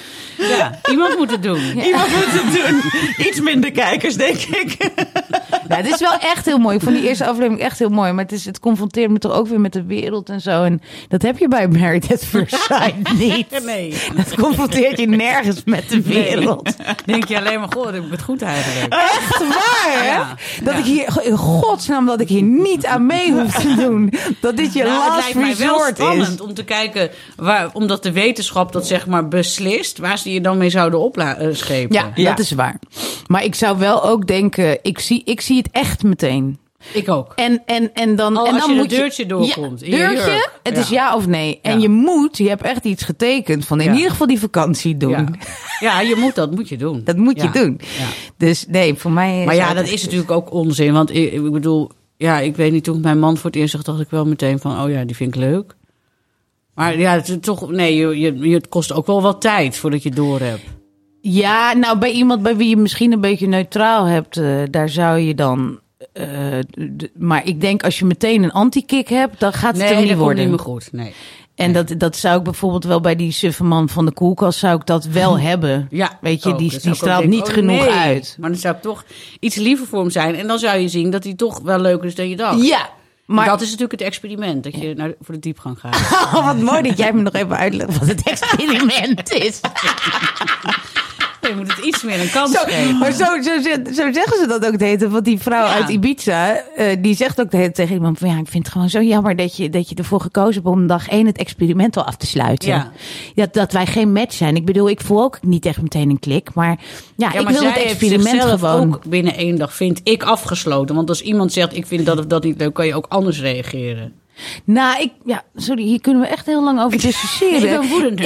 Ja, iemand moet het doen. Ja. Iemand moet het doen. Iets minder kijkers, denk ik. Nou, het is wel echt heel mooi. Ik vond die eerste aflevering echt heel mooi. Maar het confronteert me toch ook weer met de wereld en zo. En dat heb je bij Married at First Sight niet. Nee. Dat confronteert je nergens met de wereld. Nee. Denk je alleen maar, goh, dat heb ik het goed eigenlijk. Echt waar, hè? Ja. Dat ik hier, in godsnaam, dat ik hier niet aan mee hoef te doen. Dat dit je last resort is. Het lijkt mij wel spannend om te kijken, omdat de wetenschap dat zeg maar beslist, waar ze je dan mee zouden opschepen. Ja, dat is waar. Maar ik zou wel ook denken, ik zie het echt meteen. Ik ook. En dan als je moet een deurtje doorkomt. Ja, deurtje, het is ja of nee. En je hebt echt iets getekend van in ieder geval die vakantie doen. Ja, dat moet je doen. Dat moet je doen. Ja. Dus nee, voor mij... Maar ja, dat is natuurlijk ook onzin. Want ik bedoel, ik weet niet, toen ik mijn man voor het eerst zag, dacht ik wel meteen van, oh ja, die vind ik leuk. Maar ja, het is toch, het kost ook wel wat tijd voordat je het door hebt. Ja, nou, bij iemand bij wie je misschien een beetje neutraal hebt, daar zou je dan... maar ik denk, als je meteen een anti-kick hebt, dan gaat het er niet worden. Nee, dat komt niet meer goed, nee. En dat zou ik bijvoorbeeld wel bij die suffe man van de koelkast, zou ik dat wel hebben. Ja, weet je, die straalt niet genoeg uit. Maar dan zou ik toch iets liever voor hem zijn. En dan zou je zien dat hij toch wel leuker is dan je dacht. Ja. Maar dat is natuurlijk het experiment, dat je voor de diepgang gaat. Oh, wat mooi dat jij me nog even uitlegt wat het experiment is. Je moet het iets meer een kans geven. Maar zo zeggen ze dat ook de hele tijd. Want die vrouw uit Ibiza, die zegt ook de hele tijd tegen iemand van, ik vind het gewoon zo jammer dat je ervoor gekozen hebt om dag 1 het experiment al af te sluiten. Ja. Dat wij geen match zijn. Ik bedoel, ik voel ook niet echt meteen een klik. Maar ik wil het experiment gewoon. Ook binnen 1 dag, vind ik, afgesloten. Want als iemand zegt, ik vind dat of dat niet leuk, kan je ook anders reageren. Nou, sorry, hier kunnen we echt heel lang over discussiëren. Ik ben woedend nu.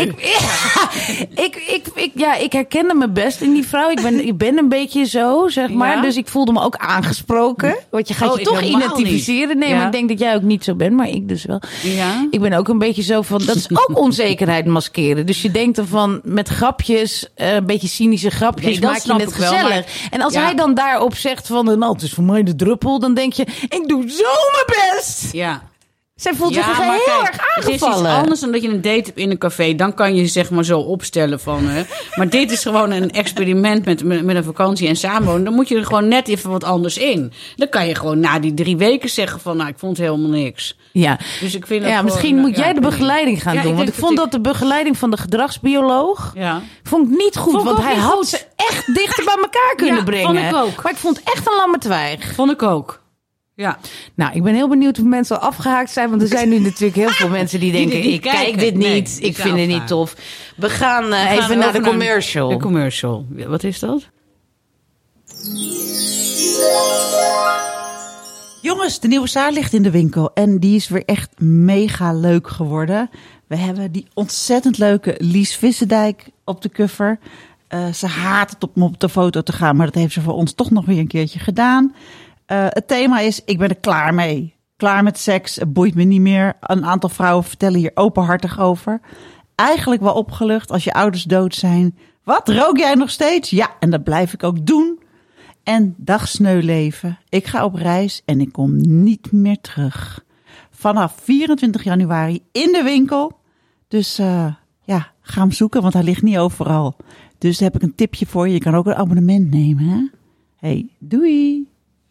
Ik herkende me best in die vrouw. Ik ben een beetje zo, zeg maar. Dus ik voelde me ook aangesproken. Want je gaat je toch identificeren. Niet. Nee, maar ik denk dat jij ook niet zo bent, maar ik dus wel. Ja. Ik ben ook een beetje zo van, dat is ook onzekerheid maskeren. Dus je denkt ervan, met grapjes, een beetje cynische grapjes, maak je het gezellig. Wel, maar, en als hij dan daarop zegt van, het is voor mij de druppel, dan denk je, ik doe zo mijn best. Ja. Zij voelt zich heel erg aangevallen. Het is iets anders dan dat je een date hebt in een café. Dan kan je zeg maar zo opstellen van... maar dit is gewoon een experiment met een vakantie en samenwonen. Dan moet je er gewoon net even wat anders in. Dan kan je gewoon na die 3 weken zeggen van... ik vond helemaal niks. Ja, dus ik vind dat misschien moet jij de begeleiding gaan doen. Want ik vond dat de begeleiding van de gedragsbioloog... vond ik niet goed. Want hij had ze echt dichter bij elkaar kunnen brengen. Vond ik ook. Maar ik vond echt een lamme twijg. Vond ik ook. Ja. Nou, ik ben heel benieuwd of mensen al afgehaakt zijn. Want er zijn nu natuurlijk heel veel mensen die denken... ik kijk dit niet, ik vind het niet tof. We gaan even naar de commercial. De commercial. Wat is dat? Jongens, de nieuwe Saar ligt in de winkel. En die is weer echt mega leuk geworden. We hebben die ontzettend leuke Lies Vissendijk op de cover. Ze haat het om op de foto te gaan, maar dat heeft ze voor ons toch nog weer een keertje gedaan. Het thema is, ik ben er klaar mee. Klaar met seks, het boeit me niet meer. Een aantal vrouwen vertellen hier openhartig over. Eigenlijk wel opgelucht als je ouders dood zijn. Wat, rook jij nog steeds? Ja, en dat blijf ik ook doen. En dag sneu leven. Ik ga op reis en ik kom niet meer terug. Vanaf 24 januari in de winkel. Dus ga hem zoeken, want hij ligt niet overal. Dus heb ik een tipje voor je. Je kan ook een abonnement nemen. Hè? Hey, doei!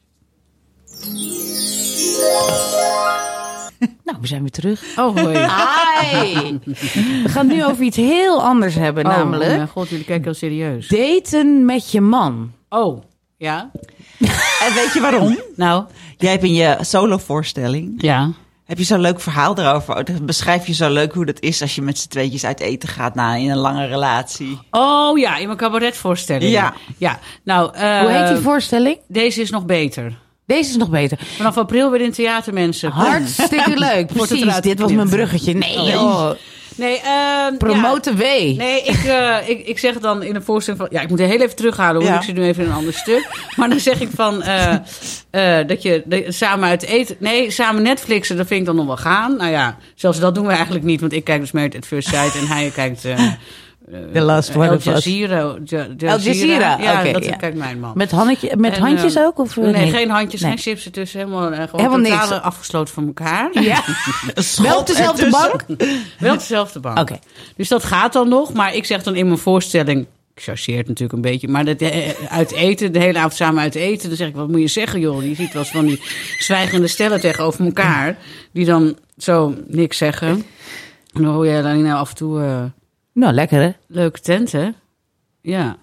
Nou, we zijn weer terug. Oh, hoi. Hi! We gaan het nu over iets heel anders hebben, namelijk... Oh mijn god, jullie kijken heel serieus. Daten met je man. Oh, ja? En weet je waarom? Nou? Jij hebt in je solo-voorstelling... Ja. Heb je zo'n leuk verhaal erover? Beschrijf je zo leuk hoe dat is als je met z'n tweetjes uit eten gaat in een lange relatie? Oh ja, in mijn cabaretvoorstelling. Ja. Nou, hoe heet die voorstelling? Deze is nog beter. Deze is nog beter. Vanaf april weer in theater, mensen. Hartstikke leuk. Precies, dit was mijn bruggetje. Nee, joh. Nee, promoten W. Nee, ik zeg dan in een voorstelling van... Ja, ik moet er heel even terughalen, hoor. Ik zit nu even in een ander stuk. Maar dan zeg ik van... dat je samen uit eten... Nee, samen Netflixen, dat vind ik dan nog wel gaan. Nou ja, zelfs dat doen we eigenlijk niet. Want ik kijk dus Married at First Sight en hij kijkt... The Last One Al of Us. Jazeera. Al Jazeera, ja, oké. Dat kijkt mijn man. Met handjes ook? Of, nee, geen handjes, geen chips ertussen. Helemaal totaal afgesloten van elkaar. Ja. Wel op dezelfde bank? Wel op dezelfde bank. Oké. Dus dat gaat dan nog. Maar ik zeg dan in mijn voorstelling... Ik chargeer natuurlijk een beetje. Maar uit eten, de hele avond samen uit eten... Dan zeg ik, wat moet je zeggen, joh? Je ziet wel eens van die zwijgende stellen tegenover elkaar... die dan zo niks zeggen. En dan hoor je dan nou af en toe... Nou, lekker hè? Leuke tent, hè? Ja.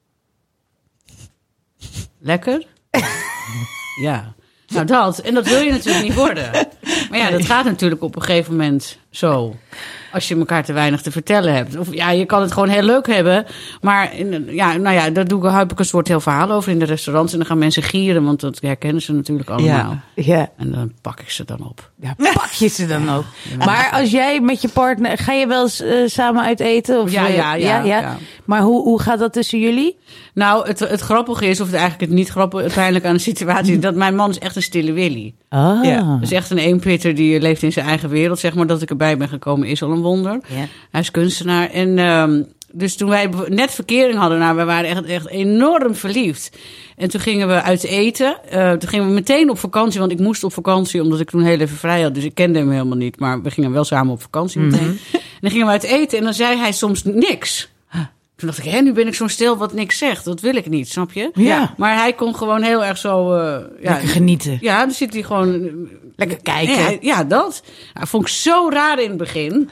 Lekker? Ja. Nou, dat. En dat wil je natuurlijk niet worden. Maar ja, dat gaat natuurlijk op een gegeven moment zo. Als je elkaar te weinig te vertellen hebt. Of ja, je kan het gewoon heel leuk hebben. Maar daar heb ik een soort heel verhaal over in de restaurants. En dan gaan mensen gieren, want dat herkennen ze natuurlijk allemaal. Ja. En dan pak ik ze dan op. Ja, pak je ze dan ook. Maar als jij met je partner... Ga je wel eens samen uit eten? Of, ja. Maar hoe gaat dat tussen jullie? Nou, het grappige is, of eigenlijk het niet grappige... uiteindelijk aan de situatie... dat mijn man is echt een stille willy. Oh. Ja, dat is echt een eenpitter die leeft in zijn eigen wereld. Zeg maar dat ik erbij ben gekomen is al een wonder. Ja. Hij is kunstenaar. En dus toen wij net verkering hadden... we waren echt enorm verliefd. En toen gingen we uit eten. Toen gingen we meteen op vakantie. Want ik moest op vakantie, omdat ik toen heel even vrij had. Dus ik kende hem helemaal niet. Maar we gingen wel samen op vakantie meteen. Mm-hmm. En dan gingen we uit eten en dan zei hij soms niks. Toen dacht ik, nu ben ik zo'n stil wat niks zegt. Dat wil ik niet, snap je? Ja. Maar hij kon gewoon heel erg zo... lekker genieten. Ja, dan zit hij gewoon... Lekker kijken. Ja, dat. Dat vond ik zo raar in het begin.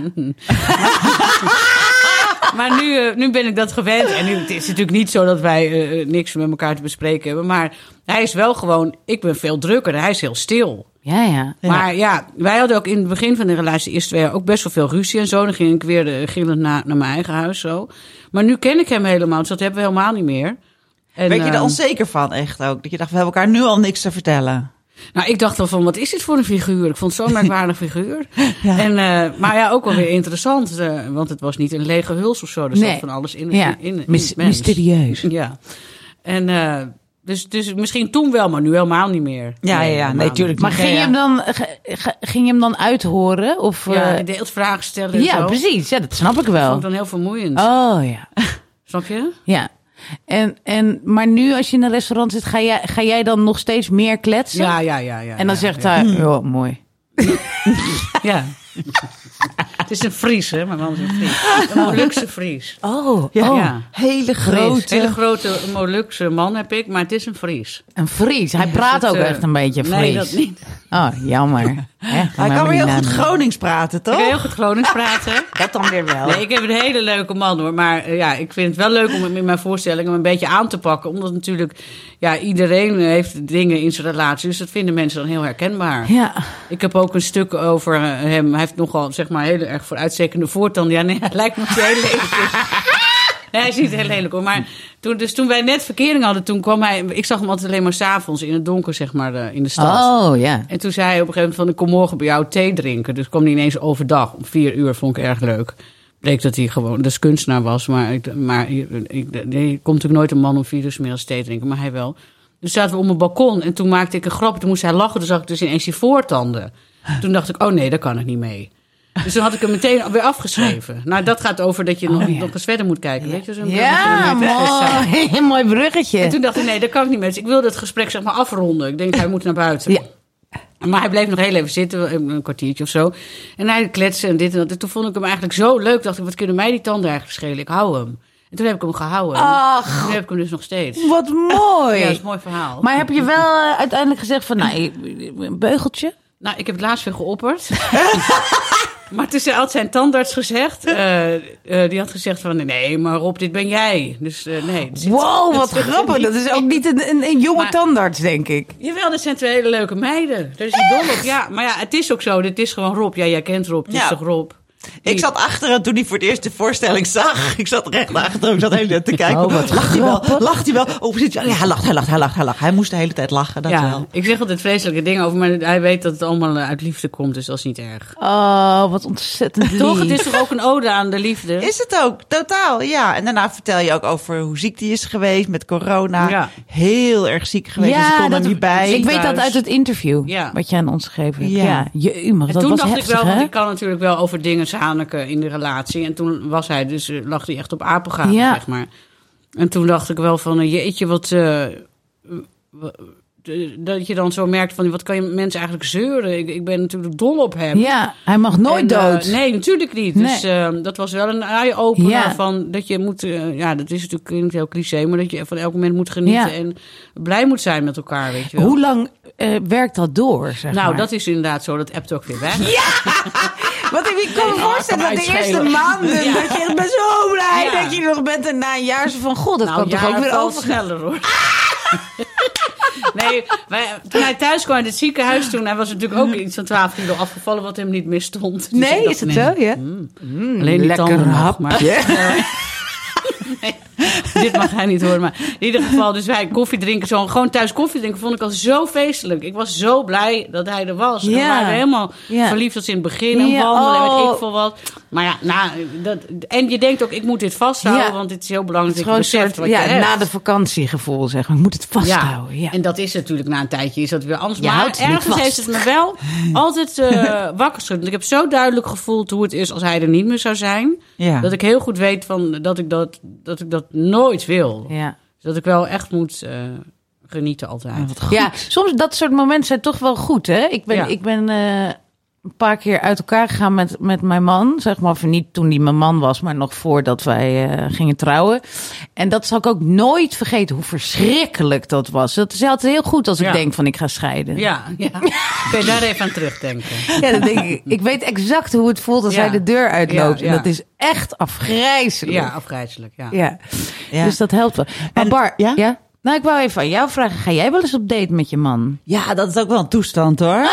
Maar nu ben ik dat gewend. En het is natuurlijk niet zo dat wij niks met elkaar te bespreken hebben. Maar hij is wel gewoon... Ik ben veel drukker. Hij is heel stil. Ja. Maar ja, wij hadden ook in het begin van de relatie... de eerste 2 jaar ook best wel veel ruzie en zo. Dan ging ik weer gillend naar mijn eigen huis zo. Maar nu ken ik hem helemaal. Dus dat hebben we helemaal niet meer. En, werd je er onzeker van echt ook? Dat je dacht, we hebben elkaar nu al niks te vertellen. Nou, ik dacht wel van, wat is dit voor een figuur? Ik vond het zo'n merkwaardig figuur. Ja. En, maar ja, ook wel weer interessant. Want het was niet een lege huls of zo. Er zat van alles in het mens. Mysterieus. Ja. En... Dus misschien toen wel, maar nu helemaal niet meer. Ja, natuurlijk. Maar ging je hem dan uithoren? Of, ja, deels vragen stellen en zo. Precies. Ja, dat snap ik wel. Dat vond ik dan heel vermoeiend. Oh, ja. Snap je? Ja. Maar nu als je in een restaurant zit, ga jij dan nog steeds meer kletsen? Ja. En dan zegt hij, mooi. Ja. Het is een Fries, hè? Mijn man is een Fries. Een Molukse Fries. Oh. Hele grote Molukse man heb ik, maar het is een Fries. Een Fries? Hij praat ook echt een beetje Fries. Nee, dat niet. Oh, jammer. Hij kan weer heel goed Gronings praten, toch? Ik kan heel goed Gronings praten. Dat dan weer wel. Nee, ik heb een hele leuke man, hoor. Maar ik vind het wel leuk om hem in mijn voorstelling een beetje aan te pakken. Omdat natuurlijk, iedereen heeft dingen in zijn relatie. Dus dat vinden mensen dan heel herkenbaar. Ja. Ik heb ook een stuk over hem. Hij heeft nogal, zeg maar, heel erg vooruitstekende voortanden. Ja, nee, hij lijkt nog heel lelijk. hij ziet er heel lelijk hoor. Maar toen wij net verkering hadden, toen kwam hij... Ik zag hem altijd alleen maar 's avonds in het donker, zeg maar, in de stad. Oh, ja. En toen zei hij op een gegeven moment van... ik kom morgen bij jou thee drinken. Dus kwam hij ineens overdag. Om 4 uur vond ik erg leuk. Bleek dat hij gewoon dus kunstenaar was. Maar er komt natuurlijk nooit een man om 4 uur 's middags thee drinken. Maar hij wel. Dus zaten we op mijn balkon. En toen maakte ik een grap. Toen moest hij lachen. Toen zag ik dus ineens die voortanden. Toen dacht ik, oh nee, daar kan ik niet mee. Dus toen had ik hem meteen weer afgeschreven. Nou, dat gaat over dat je nog eens verder moet kijken. Weet je? Mooi. Mooi bruggetje. En toen dacht ik, nee, dat kan ik niet meer. Dus ik wilde het gesprek zeg maar afronden. Ik denk, hij moet naar buiten. Ja. Maar hij bleef nog heel even zitten, een kwartiertje of zo. En hij kletste en dit en dat. En toen vond ik hem eigenlijk zo leuk. Dacht ik, wat kunnen mij die tanden eigenlijk schelen? Ik hou hem. En toen heb ik hem gehouden. Ach, en nu heb ik hem dus nog steeds. Wat mooi. Ja, dat is een mooi verhaal. Maar heb je wel uiteindelijk gezegd van, nou, een beugeltje? Nou, ik heb het laatst weer geopperd. Maar toen had zijn tandarts gezegd... die had gezegd van... nee, maar Rob, dit ben jij. Dus nee. Wow, wat grappig. Dat is ook niet een jonge tandarts, denk ik. Jawel, dat zijn 2 hele leuke meiden. Daar is hij dol op. Ja, maar ja, het is ook zo. Dit is gewoon Rob. Ja, jij kent Rob. Het is toch Rob? Ik zat achter toen hij voor het eerst de voorstelling zag. Ik zat recht achter. Ik zat de hele tijd te kijken. Oh, lacht hij wel? Oh, precies. Ja, hij lacht. Hij moest de hele tijd lachen. Dat wel. Ik zeg altijd vreselijke dingen over, maar hij weet dat het allemaal uit liefde komt. Dus dat is niet erg. Oh, wat ontzettend lief. Toch? Het is toch ook een ode aan de liefde? Is het ook, totaal, ja. En daarna vertel je ook over hoe ziek hij is geweest met corona. Ja. Heel erg ziek geweest, dus ik kon er niet bij. Ik weet dat uit het interview wat je aan ons gegeven hebt. Ja. Maar dat toen was dacht heftig, ik wel, hè? want ik kan natuurlijk wel over dingen zaniken in de relatie. En toen was hij, dus lag hij echt op apengaten, zeg maar. En toen dacht ik wel van, jeetje, dat je dan zo merkt van, wat kan je mensen eigenlijk zeuren? Ik ben natuurlijk dol op hem. Ja, hij mag nooit dood. Nee, natuurlijk niet. Nee. Dus dat was wel een eye-opener van dat je moet... dat is natuurlijk niet heel cliché, maar dat je van elk moment moet genieten en blij moet zijn met elkaar, weet je wel. Hoe lang werkt dat door, zeg maar? Dat is inderdaad zo. Dat appt ook weer weg. Ja! Want ik kan me voorstellen dat de eerste maanden... dat je bent zo blij dat je er nog bent. En na een jaar zo van... God, dat kan toch ook weer overschellen, hoor. Nee, toen hij thuis kwam in het ziekenhuis... Toen hij was natuurlijk ook iets van 12 kilo afgevallen... wat hem niet meer stond. Dus nee, is het zo? Ja. Alleen die tanden nog, maar... Nee, dit mag hij niet horen. Maar in ieder geval, dus wij koffie drinken. Gewoon thuis koffie drinken vond ik al zo feestelijk. Ik was zo blij dat hij er was. Ja. En we waren helemaal verliefd als in het begin. En wandelen en weet ik veel wat. Maar ja, en je denkt ook, ik moet dit vasthouden. Want het is heel belangrijk dat je beseft wat je hebt. Na de vakantiegevoel, zeg maar. Ik moet het vasthouden. Ja. En dat is natuurlijk na een tijdje is dat weer anders. Maar ergens heeft het me wel altijd wakker geschud. Ik heb zo duidelijk gevoeld hoe het is als hij er niet meer zou zijn. Ja. Dat ik heel goed weet van dat ik dat nooit wil. Ja. Dus dat ik wel echt moet genieten altijd. Ja, soms dat soort momenten zijn toch wel goed, hè? Ik ben een paar keer uit elkaar gegaan met mijn man. Zeg maar, of niet toen die mijn man was, maar nog voordat wij gingen trouwen. En dat zal ik ook nooit vergeten, hoe verschrikkelijk dat was. Dat is altijd heel goed als ik denk van ik ga scheiden. Ja. Kun je daar even aan terugdenken? Ja, dat denk ik. Ik weet exact hoe het voelt als hij de deur uitloopt. En dat is echt afgrijzelijk. Ja, afgrijzelijk. Ja. Dus dat helpt wel. Maar Bar, ja? Nou, ik wou even aan jou vragen. Ga jij wel eens op date met je man? Ja, dat is ook wel een toestand, hoor.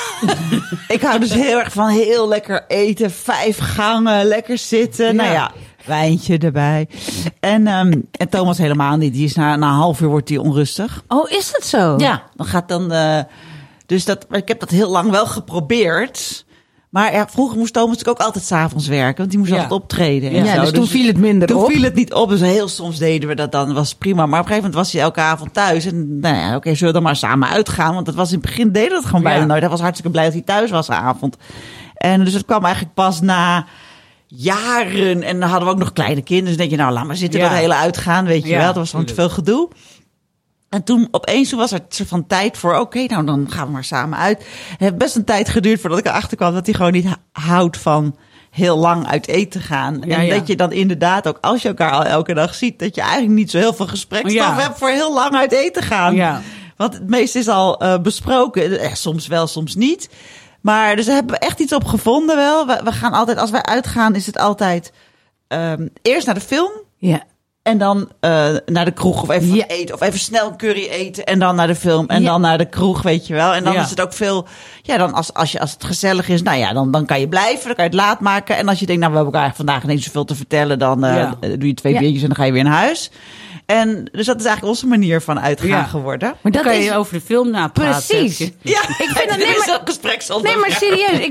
Ik hou dus heel erg van heel lekker eten. 5 gangen, lekker zitten. Ja. Nou ja, wijntje erbij. En Thomas helemaal niet. Die is na een half uur wordt hij onrustig. Oh, is dat zo? Ja, dan gaat dan... Dus ik heb dat heel lang wel geprobeerd. Maar ja, vroeger moest Thomas natuurlijk ook altijd 's avonds werken. Want die moest altijd optreden. En zo. Dus toen viel het minder op. Toen viel het niet op. Dus heel soms deden we dat dan. Was het prima. Maar op een gegeven moment was hij elke avond thuis. En nou ja, oké, zullen we dan maar samen uitgaan? Want dat was in het begin deden we dat gewoon bijna nooit. Hij was hartstikke blij dat hij thuis was avond. En dus het kwam eigenlijk pas na jaren. En dan hadden we ook nog kleine kinderen. Dus dan denk je, nou, laat maar zitten dat hele uitgaan. Weet je wel, dat was gewoon te veel gedoe. En toen opeens was er van tijd voor, oké, nou dan gaan we maar samen uit. Het heeft best een tijd geduurd voordat ik erachter kwam dat hij gewoon niet houdt van heel lang uit eten gaan. En dat je dan inderdaad ook, als je elkaar al elke dag ziet, dat je eigenlijk niet zo heel veel gesprekstof hebt voor heel lang uit eten gaan. Ja. Want het meeste is al besproken. Soms wel, soms niet. Maar dus daar hebben we echt iets op gevonden wel. We gaan altijd, als wij uitgaan, is het altijd eerst naar de film. Ja. En dan naar de kroeg of even eten. Of even snel een curry eten. En dan naar de film. En dan naar de kroeg, weet je wel. En dan is het ook veel... Ja, dan als het gezellig is, nou ja, dan kan je blijven. Dan kan je het laat maken. En als je denkt, nou, we hebben elkaar vandaag niet zoveel te vertellen. Dan doe je 2 biertjes en dan ga je weer naar huis. En dus dat is eigenlijk onze manier van uitgaan geworden. Maar dat kan je over de film napraten. Precies. Ja, ik vind dat een gespreksonderwerp. Nee, maar serieus.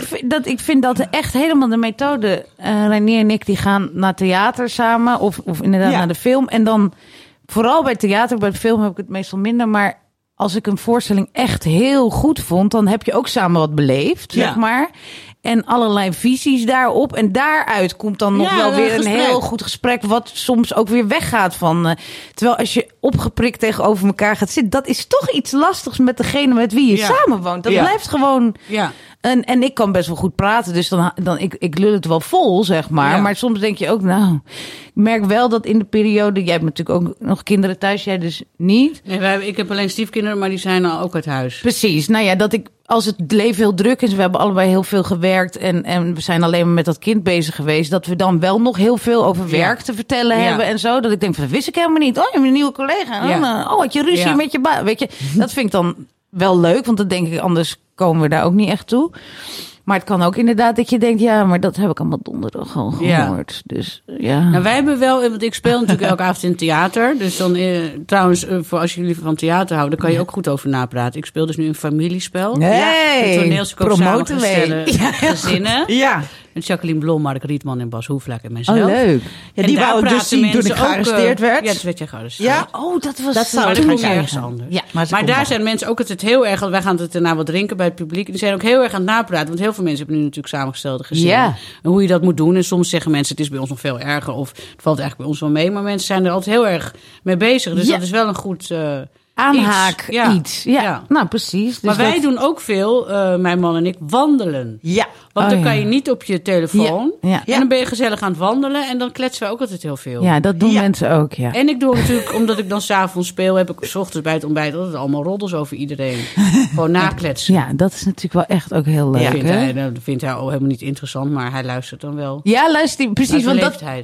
Ik vind dat echt helemaal de methode. Reinier en ik die gaan naar theater samen. Of inderdaad naar de film. En dan vooral bij theater, bij de film heb ik het meestal minder. Maar als ik een voorstelling echt heel goed vond, dan heb je ook samen wat beleefd, zeg maar. En allerlei visies daarop. En daaruit komt dan nog wel weer een heel goed gesprek, wat soms ook weer weggaat van... terwijl als je opgeprikt tegenover elkaar gaat zitten, dat is toch iets lastigs met degene met wie je samenwoont. Dat blijft gewoon... Ja. En ik kan best wel goed praten, dus ik lul het wel vol, zeg maar. Ja. Maar soms denk je ook, nou, ik merk wel dat in de periode... Jij hebt natuurlijk ook nog kinderen thuis, jij dus niet. Nee, ik heb alleen stiefkinderen, maar die zijn al ook uit huis. Precies, nou ja, dat ik... Als het leven heel druk is, we hebben allebei heel veel gewerkt... en we zijn alleen maar met dat kind bezig geweest... dat we dan wel nog heel veel over werk te vertellen hebben en zo. Dat ik denk, dat wist ik helemaal niet. Oh, je hebt een nieuwe collega. Had je ruzie met je baas. Weet je, dat vind ik dan wel leuk, want dan denk ik... anders komen we daar ook niet echt toe. Maar het kan ook inderdaad dat je denkt... ja, maar dat heb ik allemaal donderdag al gehoord. Dus ja. Nou, wij hebben wel... want ik speel natuurlijk elke avond in theater. Dus dan trouwens, voor als jullie van theater houden... daar kan je ook goed over napraten. Ik speel dus nu een familiespel. Nee, een toneelstuk samengestelde gezinnen. Ja. Met Jacqueline Blom, Mark Rietman en Bas Hoeflaak en mijzelf. Oh, leuk. Ja, die wou dus zien toen ik gearresteerd werd. Ja, toen werd je gearresteerd. Ja, dat zou toen nog ergens anders. Ja, maar daar zijn mensen ook het heel erg... wij gaan het daarna wat drinken bij het publiek. Die zijn ook heel erg aan het napraten. Want heel veel mensen hebben nu natuurlijk samengestelde gezinnen. Ja. En hoe je dat moet doen. En soms zeggen mensen, het is bij ons nog veel erger. Of het valt eigenlijk bij ons wel mee. Maar mensen zijn er altijd heel erg mee bezig. Dus dat is wel een goed... aanhaak iets. Ja, nou precies. Dus maar wij doen ook veel, mijn man en ik, wandelen. Ja. Want dan kan je niet op je telefoon. Ja. En dan ben je gezellig aan het wandelen. En dan kletsen we ook altijd heel veel. Ja, dat doen mensen ook, ja. En ik doe natuurlijk, omdat ik dan 's avonds speel... heb ik 's ochtends bij het ontbijt altijd allemaal roddels over iedereen. Gewoon nakletsen. Ja, dat is natuurlijk wel echt ook heel leuk. Dat vindt hij helemaal niet interessant, maar hij luistert dan wel. Ja, luister, precies. Want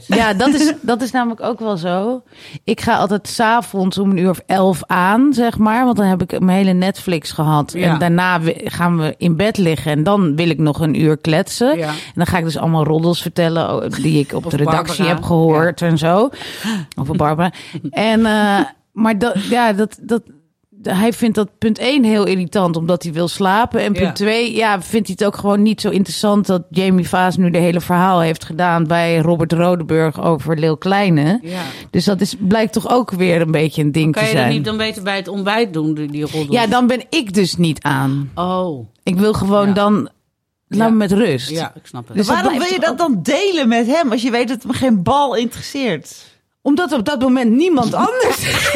dat, dat is namelijk ook wel zo. Ik ga altijd 's avonds om 11:00 aan, zeg maar. Want dan heb ik mijn hele Netflix gehad. Ja. En daarna gaan we in bed liggen. En dan wil ik nog een uur kletsen. Ja. En dan ga ik dus allemaal roddels vertellen die ik op de redactie heb gehoord en zo. Over Barbara. En, maar hij vindt dat punt 1 heel irritant, omdat hij wil slapen. En punt 2, vindt hij het ook gewoon niet zo interessant dat Jamie Vaas nu de hele verhaal heeft gedaan bij Robert Rodeburg over Leeuw Kleine. Ja. Dus dat blijkt toch ook weer een beetje een ding te zijn. Kan je dat niet dan beter bij het ontbijt doen, die roddels? Ja, dan ben ik dus niet aan. Oh. Ik wil gewoon dan... Laat me met rust. Ja, ik snap het. Dus waarom wil je dat dan delen met hem als je weet dat het hem geen bal interesseert? Omdat op dat moment niemand anders is.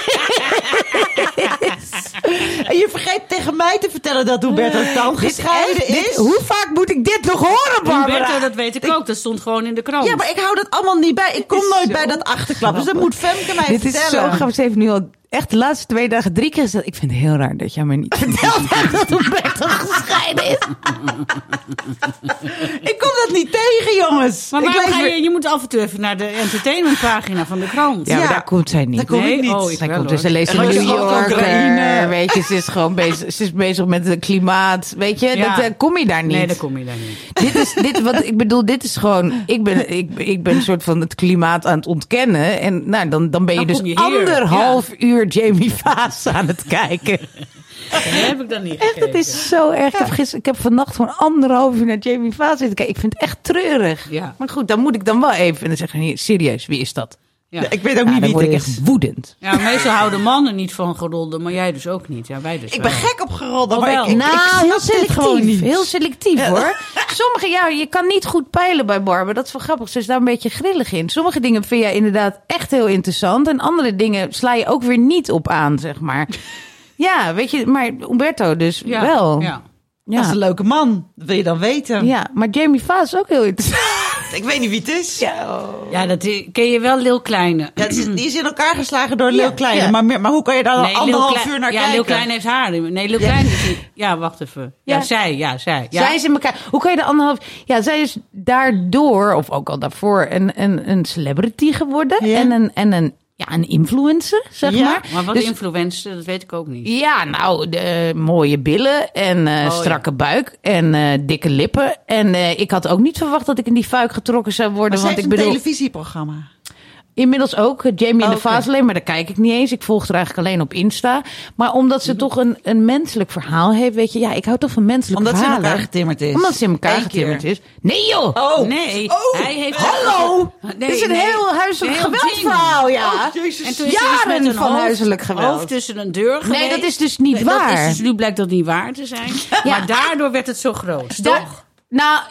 En je vergeet tegen mij te vertellen dat Humberto dan gescheiden is. Hoe vaak moet ik dit nog horen, Barbara? Humberto, dat weet ik ook. Dat stond gewoon in de krant. Ja, maar ik hou dat allemaal niet bij. Ik kom nooit bij dat achterklap. Dus dat moet Femke mij vertellen. Dit is zo grappig. Ze heeft nu al echt de laatste 2 dagen 3 keer gezegd. Ik vind het heel raar dat jij me niet vertelt dat Humberto gescheiden is. Ik kom dat niet tegen, jongens. Maar je moet af en toe even naar de entertainmentpagina van de krant. Ja, maar daar komt zij niet. Daar kom ik niet. Zij komt dus, ze leest in New Yorker. Weet je, ze is gewoon bezig met het klimaat. Weet je, dat kom je daar niet. Nee, daar kom je daar niet. Dit is gewoon... Ik ben een soort van het klimaat aan het ontkennen. En nou, dan ben je dus 1,5 uur Jamie Vaas aan het kijken. Dat heb ik dan niet gekeken. Het is zo erg. Ik heb vannacht gewoon 1,5 uur naar Jamie Vaas zitten kijken. Ik vind het echt treurig. Ja. Maar goed, dan moet ik dan wel even... En dan zeggen ze, serieus, wie is dat? Ja. Ik weet ook niet wie dan word ik het is. echt woedend. Ja, meestal houden mannen niet van gerolde, maar jij dus ook niet. Ja, wij dus ik ben gek op gerolde, maar wel. Heel selectief. Heel selectief, hoor. Sommige, je kan niet goed peilen bij Barbara. Dat is wel grappig. Ze is daar een beetje grillig in. Sommige dingen vind jij inderdaad echt heel interessant. En andere dingen sla je ook weer niet op aan, zeg maar. Ja, weet je, maar Humberto dus wel. Ja. Dat is een leuke man. Dat wil je dan weten. Ja, maar Jamie Vaas is ook heel interessant. Ik weet niet wie het is. Ja, dat ken je wel, Lil Kleine. Ja, die is in elkaar geslagen door Lil Kleine. Ja. Maar hoe kan je daar anderhalf uur naar kijken? Ja, Lil Kleine heeft haar. Nee, Lil Kleine is niet... Ja, wacht even. Ja, zij. Ja. Zij is in elkaar... Hoe kan je de anderhalf... Ja, zij is daardoor, of ook al daarvoor, een celebrity geworden. Ja. En een influencer, zeg maar. Maar wat influencer, dat weet ik ook niet. Ja, nou, mooie billen en strakke buik en dikke lippen. En ik had ook niet verwacht dat ik in die fuik getrokken zou worden. Maar want ik bedoel, een televisieprogramma. Inmiddels ook, Jamie en de Fazelen, maar daar kijk ik niet eens. Ik volg er eigenlijk alleen op Insta. Maar omdat ze toch een menselijk verhaal heeft, weet je. Ja, ik hou toch van menselijke verhalen. Omdat ze in elkaar getimmerd is. Nee joh! Oh, nee. Hij heeft hallo! Dit is een heel huiselijk geweldverhaal, ja. Oh, Jezus. En toen jaren met van huiselijk geweld. Hoofd tussen een deur geweest. Nee, dat is dus niet waar. Dat is dus nu blijkt dat niet waar te zijn. Maar daardoor werd het zo groot, toch? Nou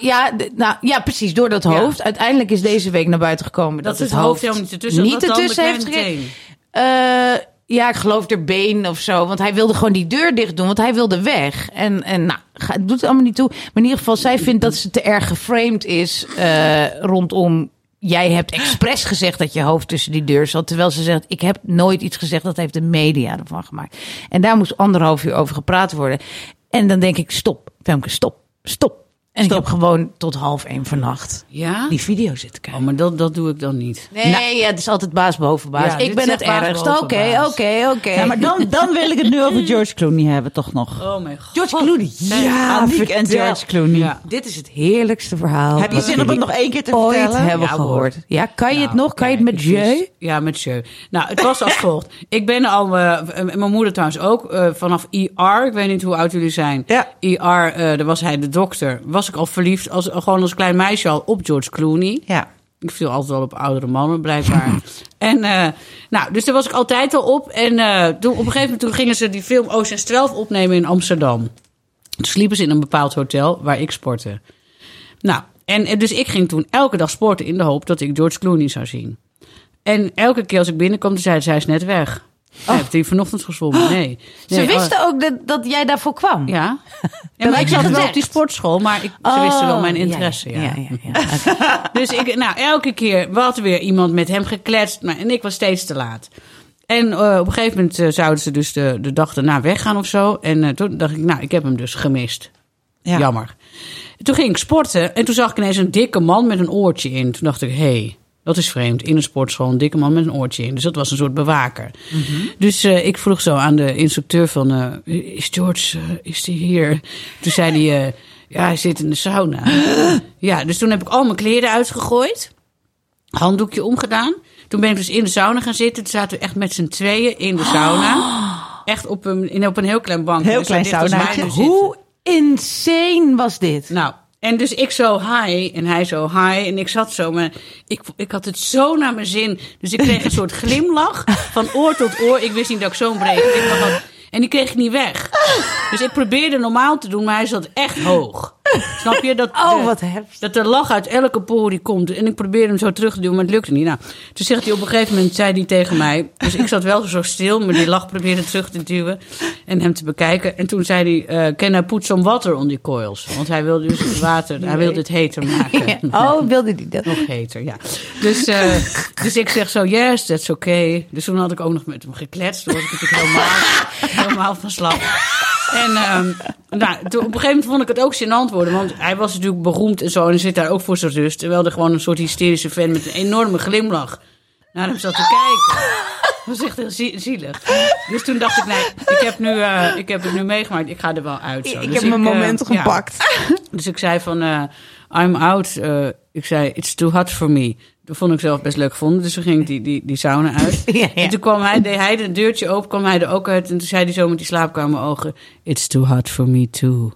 ja, precies, door dat hoofd. Uiteindelijk is deze week naar buiten gekomen dat het hoofd helemaal niet ertussen heeft gekregen. Ja, ik geloof er been of zo. Want hij wilde gewoon die deur dicht doen, want hij wilde weg. En nou, het doet het allemaal niet toe. Maar in ieder geval, zij vindt dat ze te erg geframed is rondom... Jij hebt expres gezegd dat je hoofd tussen die deur zat. Terwijl ze zegt, ik heb nooit iets gezegd. Dat heeft de media ervan gemaakt. En daar moest 1,5 uur over gepraat worden. En dan denk ik, stop, Femke, stop. En ik heb gewoon tot 1:30 vannacht die video zitten kijken. Oh, maar dat doe ik dan niet. Nee, het is altijd baas boven baas. Ik ben het ergst. Oké. Ja, maar dan wil ik het nu over George Clooney hebben, toch nog. Oh mijn god. George Clooney. Ja, Aniek en George Clooney. Ja. Dit is het heerlijkste verhaal. Heb je zin om het nog 1 keer te vertellen? Ooit hebben gehoord. Ja, kan je het nog? Kan je het met jeu? Ja, met jeu. Nou, het was als volgt. Ik ben al, mijn moeder trouwens ook, vanaf ER. Ik weet niet hoe oud jullie zijn. Ja. ER, daar was hij de dokter. Was ik al verliefd, gewoon als klein meisje al, op George Clooney. Ja. Ik viel altijd al op oudere mannen, blijkbaar. En dus daar was ik altijd al op. En toen, op een gegeven moment gingen ze die film Ocean's 12 opnemen in Amsterdam. Toen sliepen ze in een bepaald hotel waar ik sportte. Nou, en dus ik ging toen elke dag sporten in de hoop dat ik George Clooney zou zien. En elke keer als ik binnenkwam, toen zei zij is net weg. Heeft hij vanochtend gezwommen? Nee. Ze wisten ook dat jij daarvoor kwam? Ja. Maar ik zat wel op die sportschool, maar ze wisten wel mijn interesse. Ja. Dus elke keer had weer iemand met hem gekletst. En ik was steeds te laat. En op een gegeven moment zouden ze dus de dag daarna weggaan of zo. En toen dacht ik, ik heb hem dus gemist. Ja. Jammer. Toen ging ik sporten en toen zag ik ineens een dikke man met een oortje in. Toen dacht ik, hé. Dat is vreemd. In een sportschool een dikke man met een oortje in. Dus dat was een soort bewaker. Mm-hmm. Dus ik vroeg zo aan de instructeur van... is George, is hij hier? Toen zei hij... hij zit in de sauna. Ja, dus toen heb ik al mijn kleren uitgegooid. Handdoekje omgedaan. Toen ben ik dus in de sauna gaan zitten. Toen zaten we echt met z'n tweeën in de sauna. Echt op een heel klein bankje. Heel klein saunaatje. Hoe insane was dit? Nou... En dus ik zo hi en hij zo hi. En ik zat zo, maar ik had het zo naar mijn zin. Dus ik kreeg een soort glimlach van oor tot oor. Ik wist niet dat ik zo'n breek had. En die kreeg ik niet weg. Dus ik probeerde normaal te doen, maar hij zat echt hoog. Snap je? Dat er lach uit elke pori komt. En ik probeerde hem zo terug te doen, maar het lukte niet. Nou, toen zegt hij op een gegeven moment, zei hij tegen mij... Dus ik zat wel zo stil, maar die lach probeerde terug te duwen. En hem te bekijken. En toen zei hij, can I put some water on the coils? Want hij wilde dus het water, hij wilde het heter maken. Wilde hij dat? Nog heter, ja. Dus ik zeg zo, yes, that's okay. Dus toen had ik ook nog met hem gekletst. Toen was ik natuurlijk helemaal van slag. En op een gegeven moment vond ik het ook gênant worden. Want hij was natuurlijk beroemd en zo. En hij zit daar ook voor zijn rust. Terwijl er gewoon een soort hysterische fan met een enorme glimlach naar hem zat te kijken. Dat was echt heel zielig. Dus toen dacht ik, ik heb het nu meegemaakt. Ik ga er wel uit. Zo. Ik heb mijn moment gepakt. Dus ik zei van, I'm out. Ik zei, it's too hot for me. Dat vond ik zelf best leuk gevonden. Dus toen ging ik die sauna uit. Ja. En toen deed hij een deurtje open, kwam hij er ook uit. En toen zei hij zo met die slaapkamerogen... It's too hot for me too.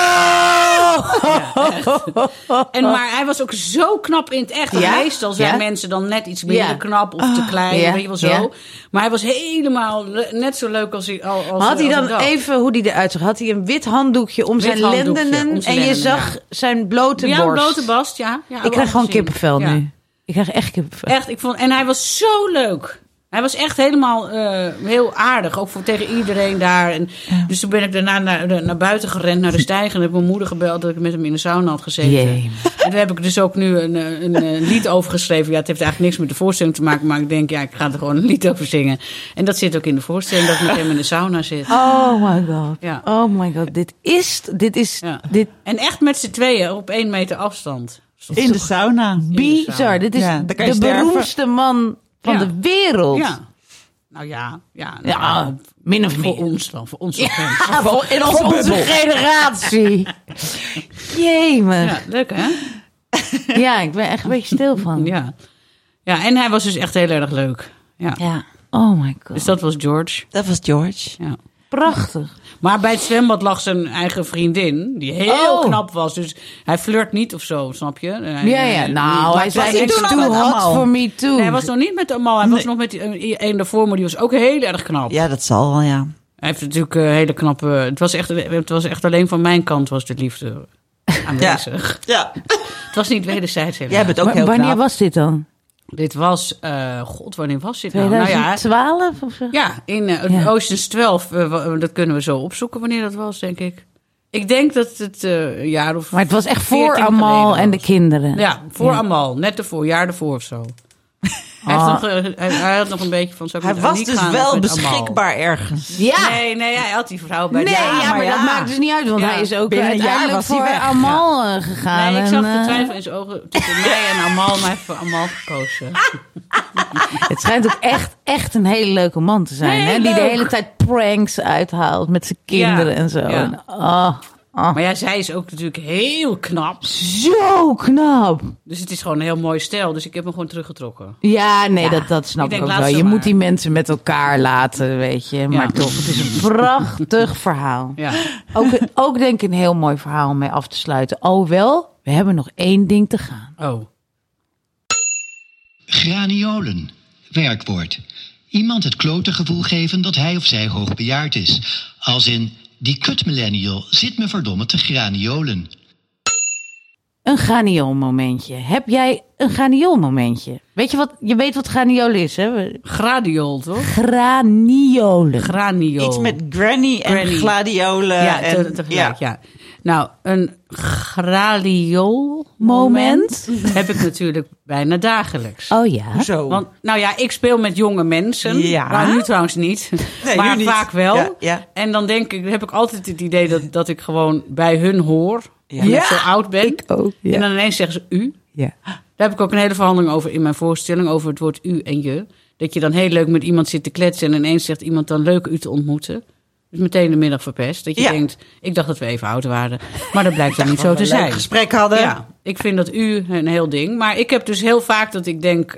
Maar hij was ook zo knap in het echt. Ja? Meestal zijn mensen dan net iets minder knap of te klein. Weet je wel zo. Ja. Maar hij was helemaal net zo leuk als hij... Maar had hij dan even hoe hij eruit zag? Had hij een wit handdoekje om zijn lendenen? En je zag zijn blote borst? Ja, een blote borst, ja. Ik krijg gewoon kippenvel nu. Ik krijg echt kippenvel. Echt, en hij was zo leuk. Hij was echt helemaal heel aardig, ook tegen iedereen daar. En, dus toen ben ik daarna naar buiten gerend, naar de steiger. En heb mijn moeder gebeld dat ik met hem in de sauna had gezeten. Jee. En daar heb ik dus ook nu een lied over geschreven. Ja, het heeft eigenlijk niks met de voorstelling te maken. Maar ik denk, ik ga er gewoon een lied over zingen. En dat zit ook in de voorstelling, dat ik met hem in de sauna zit. Oh my god. Ja. Oh my god. Dit is. Ja. En echt met z'n tweeën op 1 meter afstand. In de sauna. Bizar. Dit is de beroemdste man van de wereld. Ja. Nou ja. Min of meer. Voor ons dan. Voor onze In onze generatie. Jemig. Ja, leuk hè? Ja, ik ben echt een beetje stil van. Ja, en hij was dus echt heel erg leuk. Ja. Oh my god. Dus dat was George. Dat was George. Ja. Prachtig. Maar bij het zwembad lag zijn eigen vriendin, die heel knap was. Dus hij flirt niet of zo, snap je? Hij zei it's too hot for me too. Nee, hij was nog niet met Amal. Hij was nog met een daarvoor, maar die was ook heel erg knap. Ja, dat zal wel, ja. Hij heeft natuurlijk hele knappe... Het was echt alleen van mijn kant was de liefde aanwezig. Ja. Het was niet wederzijds helaas. Jij bent ook heel Wanneer knap. was dit dan? Dit was... wanneer was dit nou? 2012 of zo? Ja, in Oceans 12. Dat kunnen we zo opzoeken wanneer dat was, denk ik. Ik denk dat het jaar of... Maar het was echt voor Amal en de kinderen. Ja, voor Amal. Net ervoor, jaar ervoor of zo. Hij had nog een beetje van... Hij was dus wel beschikbaar ergens. Ja. Nee, hij had die vrouw bij maar dat maakt dus niet uit. Want hij is ook binnen een jaar uiteindelijk was hij voor weg. Amal gegaan. Nee, ik zag de twijfel in zijn ogen tussen mij en Amal. Maar hij heeft voor Amal gekozen. Het schijnt ook echt een hele leuke man te zijn. Hè? Die de hele tijd pranks uithaalt met zijn kinderen en zo. Ja. Maar zij is ook natuurlijk heel knap. Zo knap. Dus het is gewoon een heel mooi stijl. Dus ik heb hem gewoon teruggetrokken. Ja, nee, dat snap ik ook wel. Je moet die mensen met elkaar laten, weet je. Maar toch, het is een prachtig verhaal. Ja. Ook denk ik een heel mooi verhaal om mee af te sluiten. Alhoewel, we hebben nog 1 ding te gaan. Oh. Graniolen. Werkwoord. Iemand het klote gevoel geven dat hij of zij hoogbejaard is. Als in... Die kut-millennial zit me verdomme te graniolen. Een granioolmomentje. Heb jij een granioolmomentje? Je weet wat graniool is, hè? Gradiool, toch? Graniolen. Graniool. Iets met granny en gladiolen. Ja, tegelijk, ja. Nou, een granioolmoment heb ik natuurlijk bijna dagelijks. Oh ja? Zo. Want, ik speel met jonge mensen. Ja. Nou, nu trouwens niet. Nee, maar nu niet. vaak wel. Ja. En dan heb ik altijd het idee dat ik gewoon bij hun hoor. Ja. En ik zo oud ben. Ik ook, ja. En dan ineens zeggen ze u. Ja. Daar heb ik ook een hele verhandeling over in mijn voorstelling. Over het woord u en je. Dat je dan heel leuk met iemand zit te kletsen. En ineens zegt iemand dan leuk u te ontmoeten. Dus meteen de middag verpest. Dat je denkt, ik dacht dat we even oud waren. Maar dat blijkt dan niet zo te zijn. Een gesprek hadden. Ja, ik vind dat u een heel ding. Maar ik heb dus heel vaak dat ik denk...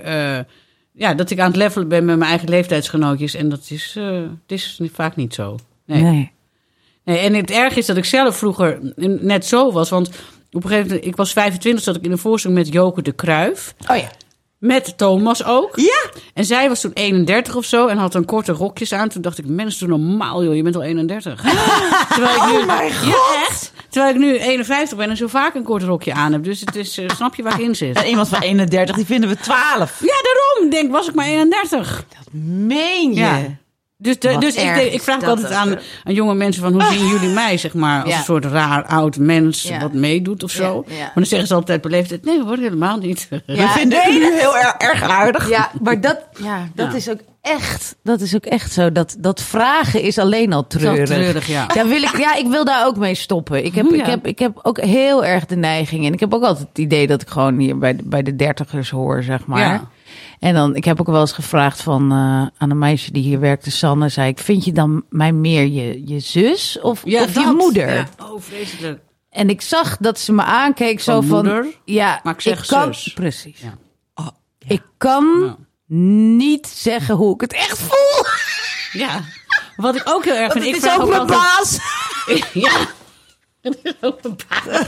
dat ik aan het levelen ben met mijn eigen leeftijdsgenootjes. En dat is vaak niet zo. Nee. En het erg is dat ik zelf vroeger net zo was. Want op een gegeven moment, ik was 25, zat ik in een voorstelling met Joke de Cruijff. Oh ja. Met Thomas ook. Ja. En zij was toen 31 of zo en had dan korte rokjes aan. Toen dacht ik, mensen doen normaal joh, je bent al 31. Terwijl ik nu, mijn god. Ja, echt. Terwijl ik nu 51 ben en zo vaak een kort rokje aan heb. Dus het is, snap je waar ik in zit? En iemand van 31, die vinden we 12. Ja, daarom. Denk, was ik maar 31. Meen je? Ja. Dus ik vraag altijd aan jonge mensen van hoe zien jullie mij, zeg maar, als een soort raar oud mens wat meedoet of zo. Ja. Maar dan zeggen ze altijd beleefd, nee hoor, helemaal niet. We vinden u heel erg aardig. Ja, maar dat is ook echt zo. Dat vragen is alleen al treurig. Treurig, ja. Ik wil daar ook mee stoppen. Ik heb ook heel erg de neiging. En ik heb ook altijd het idee dat ik gewoon hier bij de 30ers hoor, zeg maar. Ja. En dan, ik heb ook wel eens gevraagd aan een meisje die hier werkte, Sanne, zei ik, vind je dan mij meer je zus of je moeder? Ja. Oh, vreselijk. En ik zag dat ze me aankeek zo van... moeder, ja, maar ik zeg zus. Precies. Ja. Oh, ja. Ik kan niet zeggen hoe ik het echt voel. Ja, wat ik ook heel erg vind. Het is ook mijn baas. Ja, het is ook mijn baas.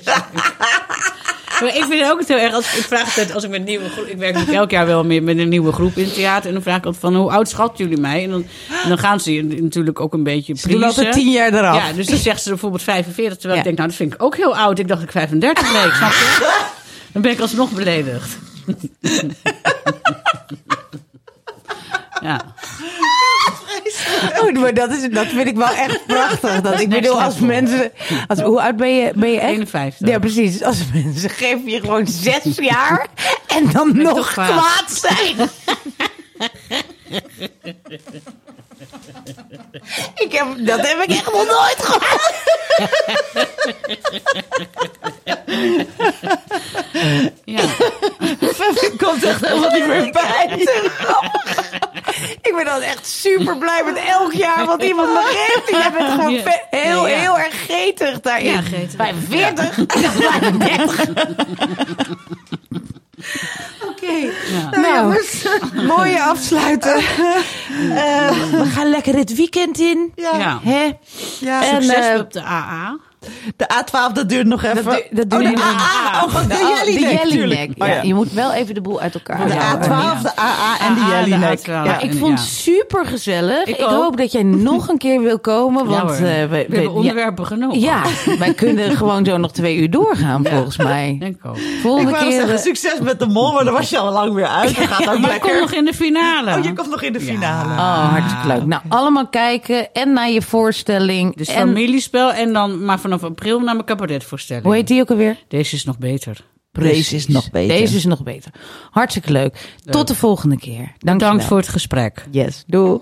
Maar ik vind het ook heel erg, ik vraag altijd, als ik met een nieuwe groep, ik werk natuurlijk elk jaar wel meer met een nieuwe groep in het theater, en dan vraag ik altijd van, hoe oud schatten jullie mij? En dan gaan ze natuurlijk ook een beetje Ze doen altijd 10 jaar eraf. Ja, dus dan zegt ze bijvoorbeeld 45, terwijl ik denk, nou, dat vind ik ook heel oud. Ik dacht dat ik 35 bleek, snap je? Dan ben ik alsnog beledigd. Ja. Oh, maar dat vind ik wel echt prachtig. Ik bedoel, als mensen... hoe oud ben je echt? 51. Ja, precies. Als mensen geven je gewoon 6 jaar en dan nog kwaad zijn. Dat heb ik echt nog nooit gehad. Ja. Het komt echt helemaal niet meer bij. Ik ben dan echt super blij met elk jaar wat iemand me geeft. Jij bent gewoon heel erg gretig daarin. Ja, gretig. 45. 35. Oké. Nou, jongens, mooie afsluiten. We gaan lekker het weekend in. Ja. Hè? Ja. En, Succes op de AA. De A12, dat duurt nog even. Dat duurt de AA. De Jellinek. Ja, je moet wel even de boel uit elkaar De A12, de AA en de Jellinek. Ja, ik vond het super gezellig. Ik hoop dat jij nog een keer wil komen. Want we hebben onderwerpen genoeg. Ja, wij kunnen gewoon zo nog 2 uur doorgaan, volgens mij. Denk ook. Volgende ik wou keer zeggen, succes met de mol, maar daar was je al lang weer uit. Dat gaat ook Maar lekker. ik kom nog in de finale. Oh, je komt nog in de finale. Oh, hartstikke leuk. Nou, allemaal kijken en naar je voorstelling. Dus en familiespel en dan maar vanaf april naar mijn cabaretvoorstelling. hoe heet die ook alweer? Deze is nog beter. Deze is nog beter. Deze is nog beter. Hartstikke leuk. Tot de volgende keer. Bedankt voor het gesprek. Yes, doeg.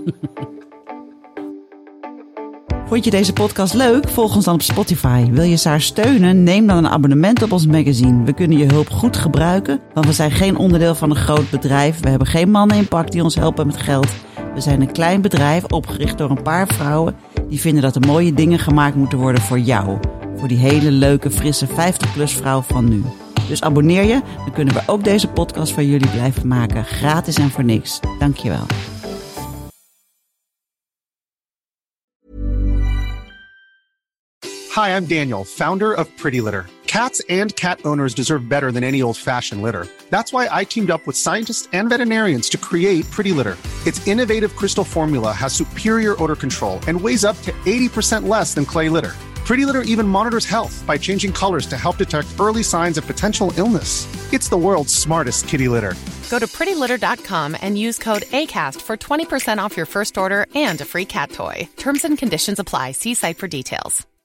Vond je deze podcast leuk? Volg ons dan op Spotify. Wil je Saar steunen? Neem dan een abonnement op ons magazine. We kunnen je hulp goed gebruiken, want we zijn geen onderdeel van een groot bedrijf. We hebben geen mannen in pak die ons helpen met geld. We zijn een klein bedrijf opgericht door een paar vrouwen die vinden dat er mooie dingen gemaakt moeten worden voor jou. Voor die hele leuke, frisse 50-plus vrouw van nu. Dus abonneer je, dan kunnen we ook deze podcast voor jullie blijven maken. Gratis en voor niks. Dankjewel. Hi, I'm Daniel, founder of Pretty Litter. Cats and cat owners deserve better than any old-fashioned litter. That's why I teamed up with scientists and veterinarians to create Pretty Litter. Its innovative crystal formula has superior odor control and weighs up to 80% less than clay litter. Pretty Litter even monitors health by changing colors to help detect early signs of potential illness. It's the world's smartest kitty litter. Go to prettylitter.com and use code ACAST for 20% off your first order and a free cat toy. Terms and conditions apply. See site for details.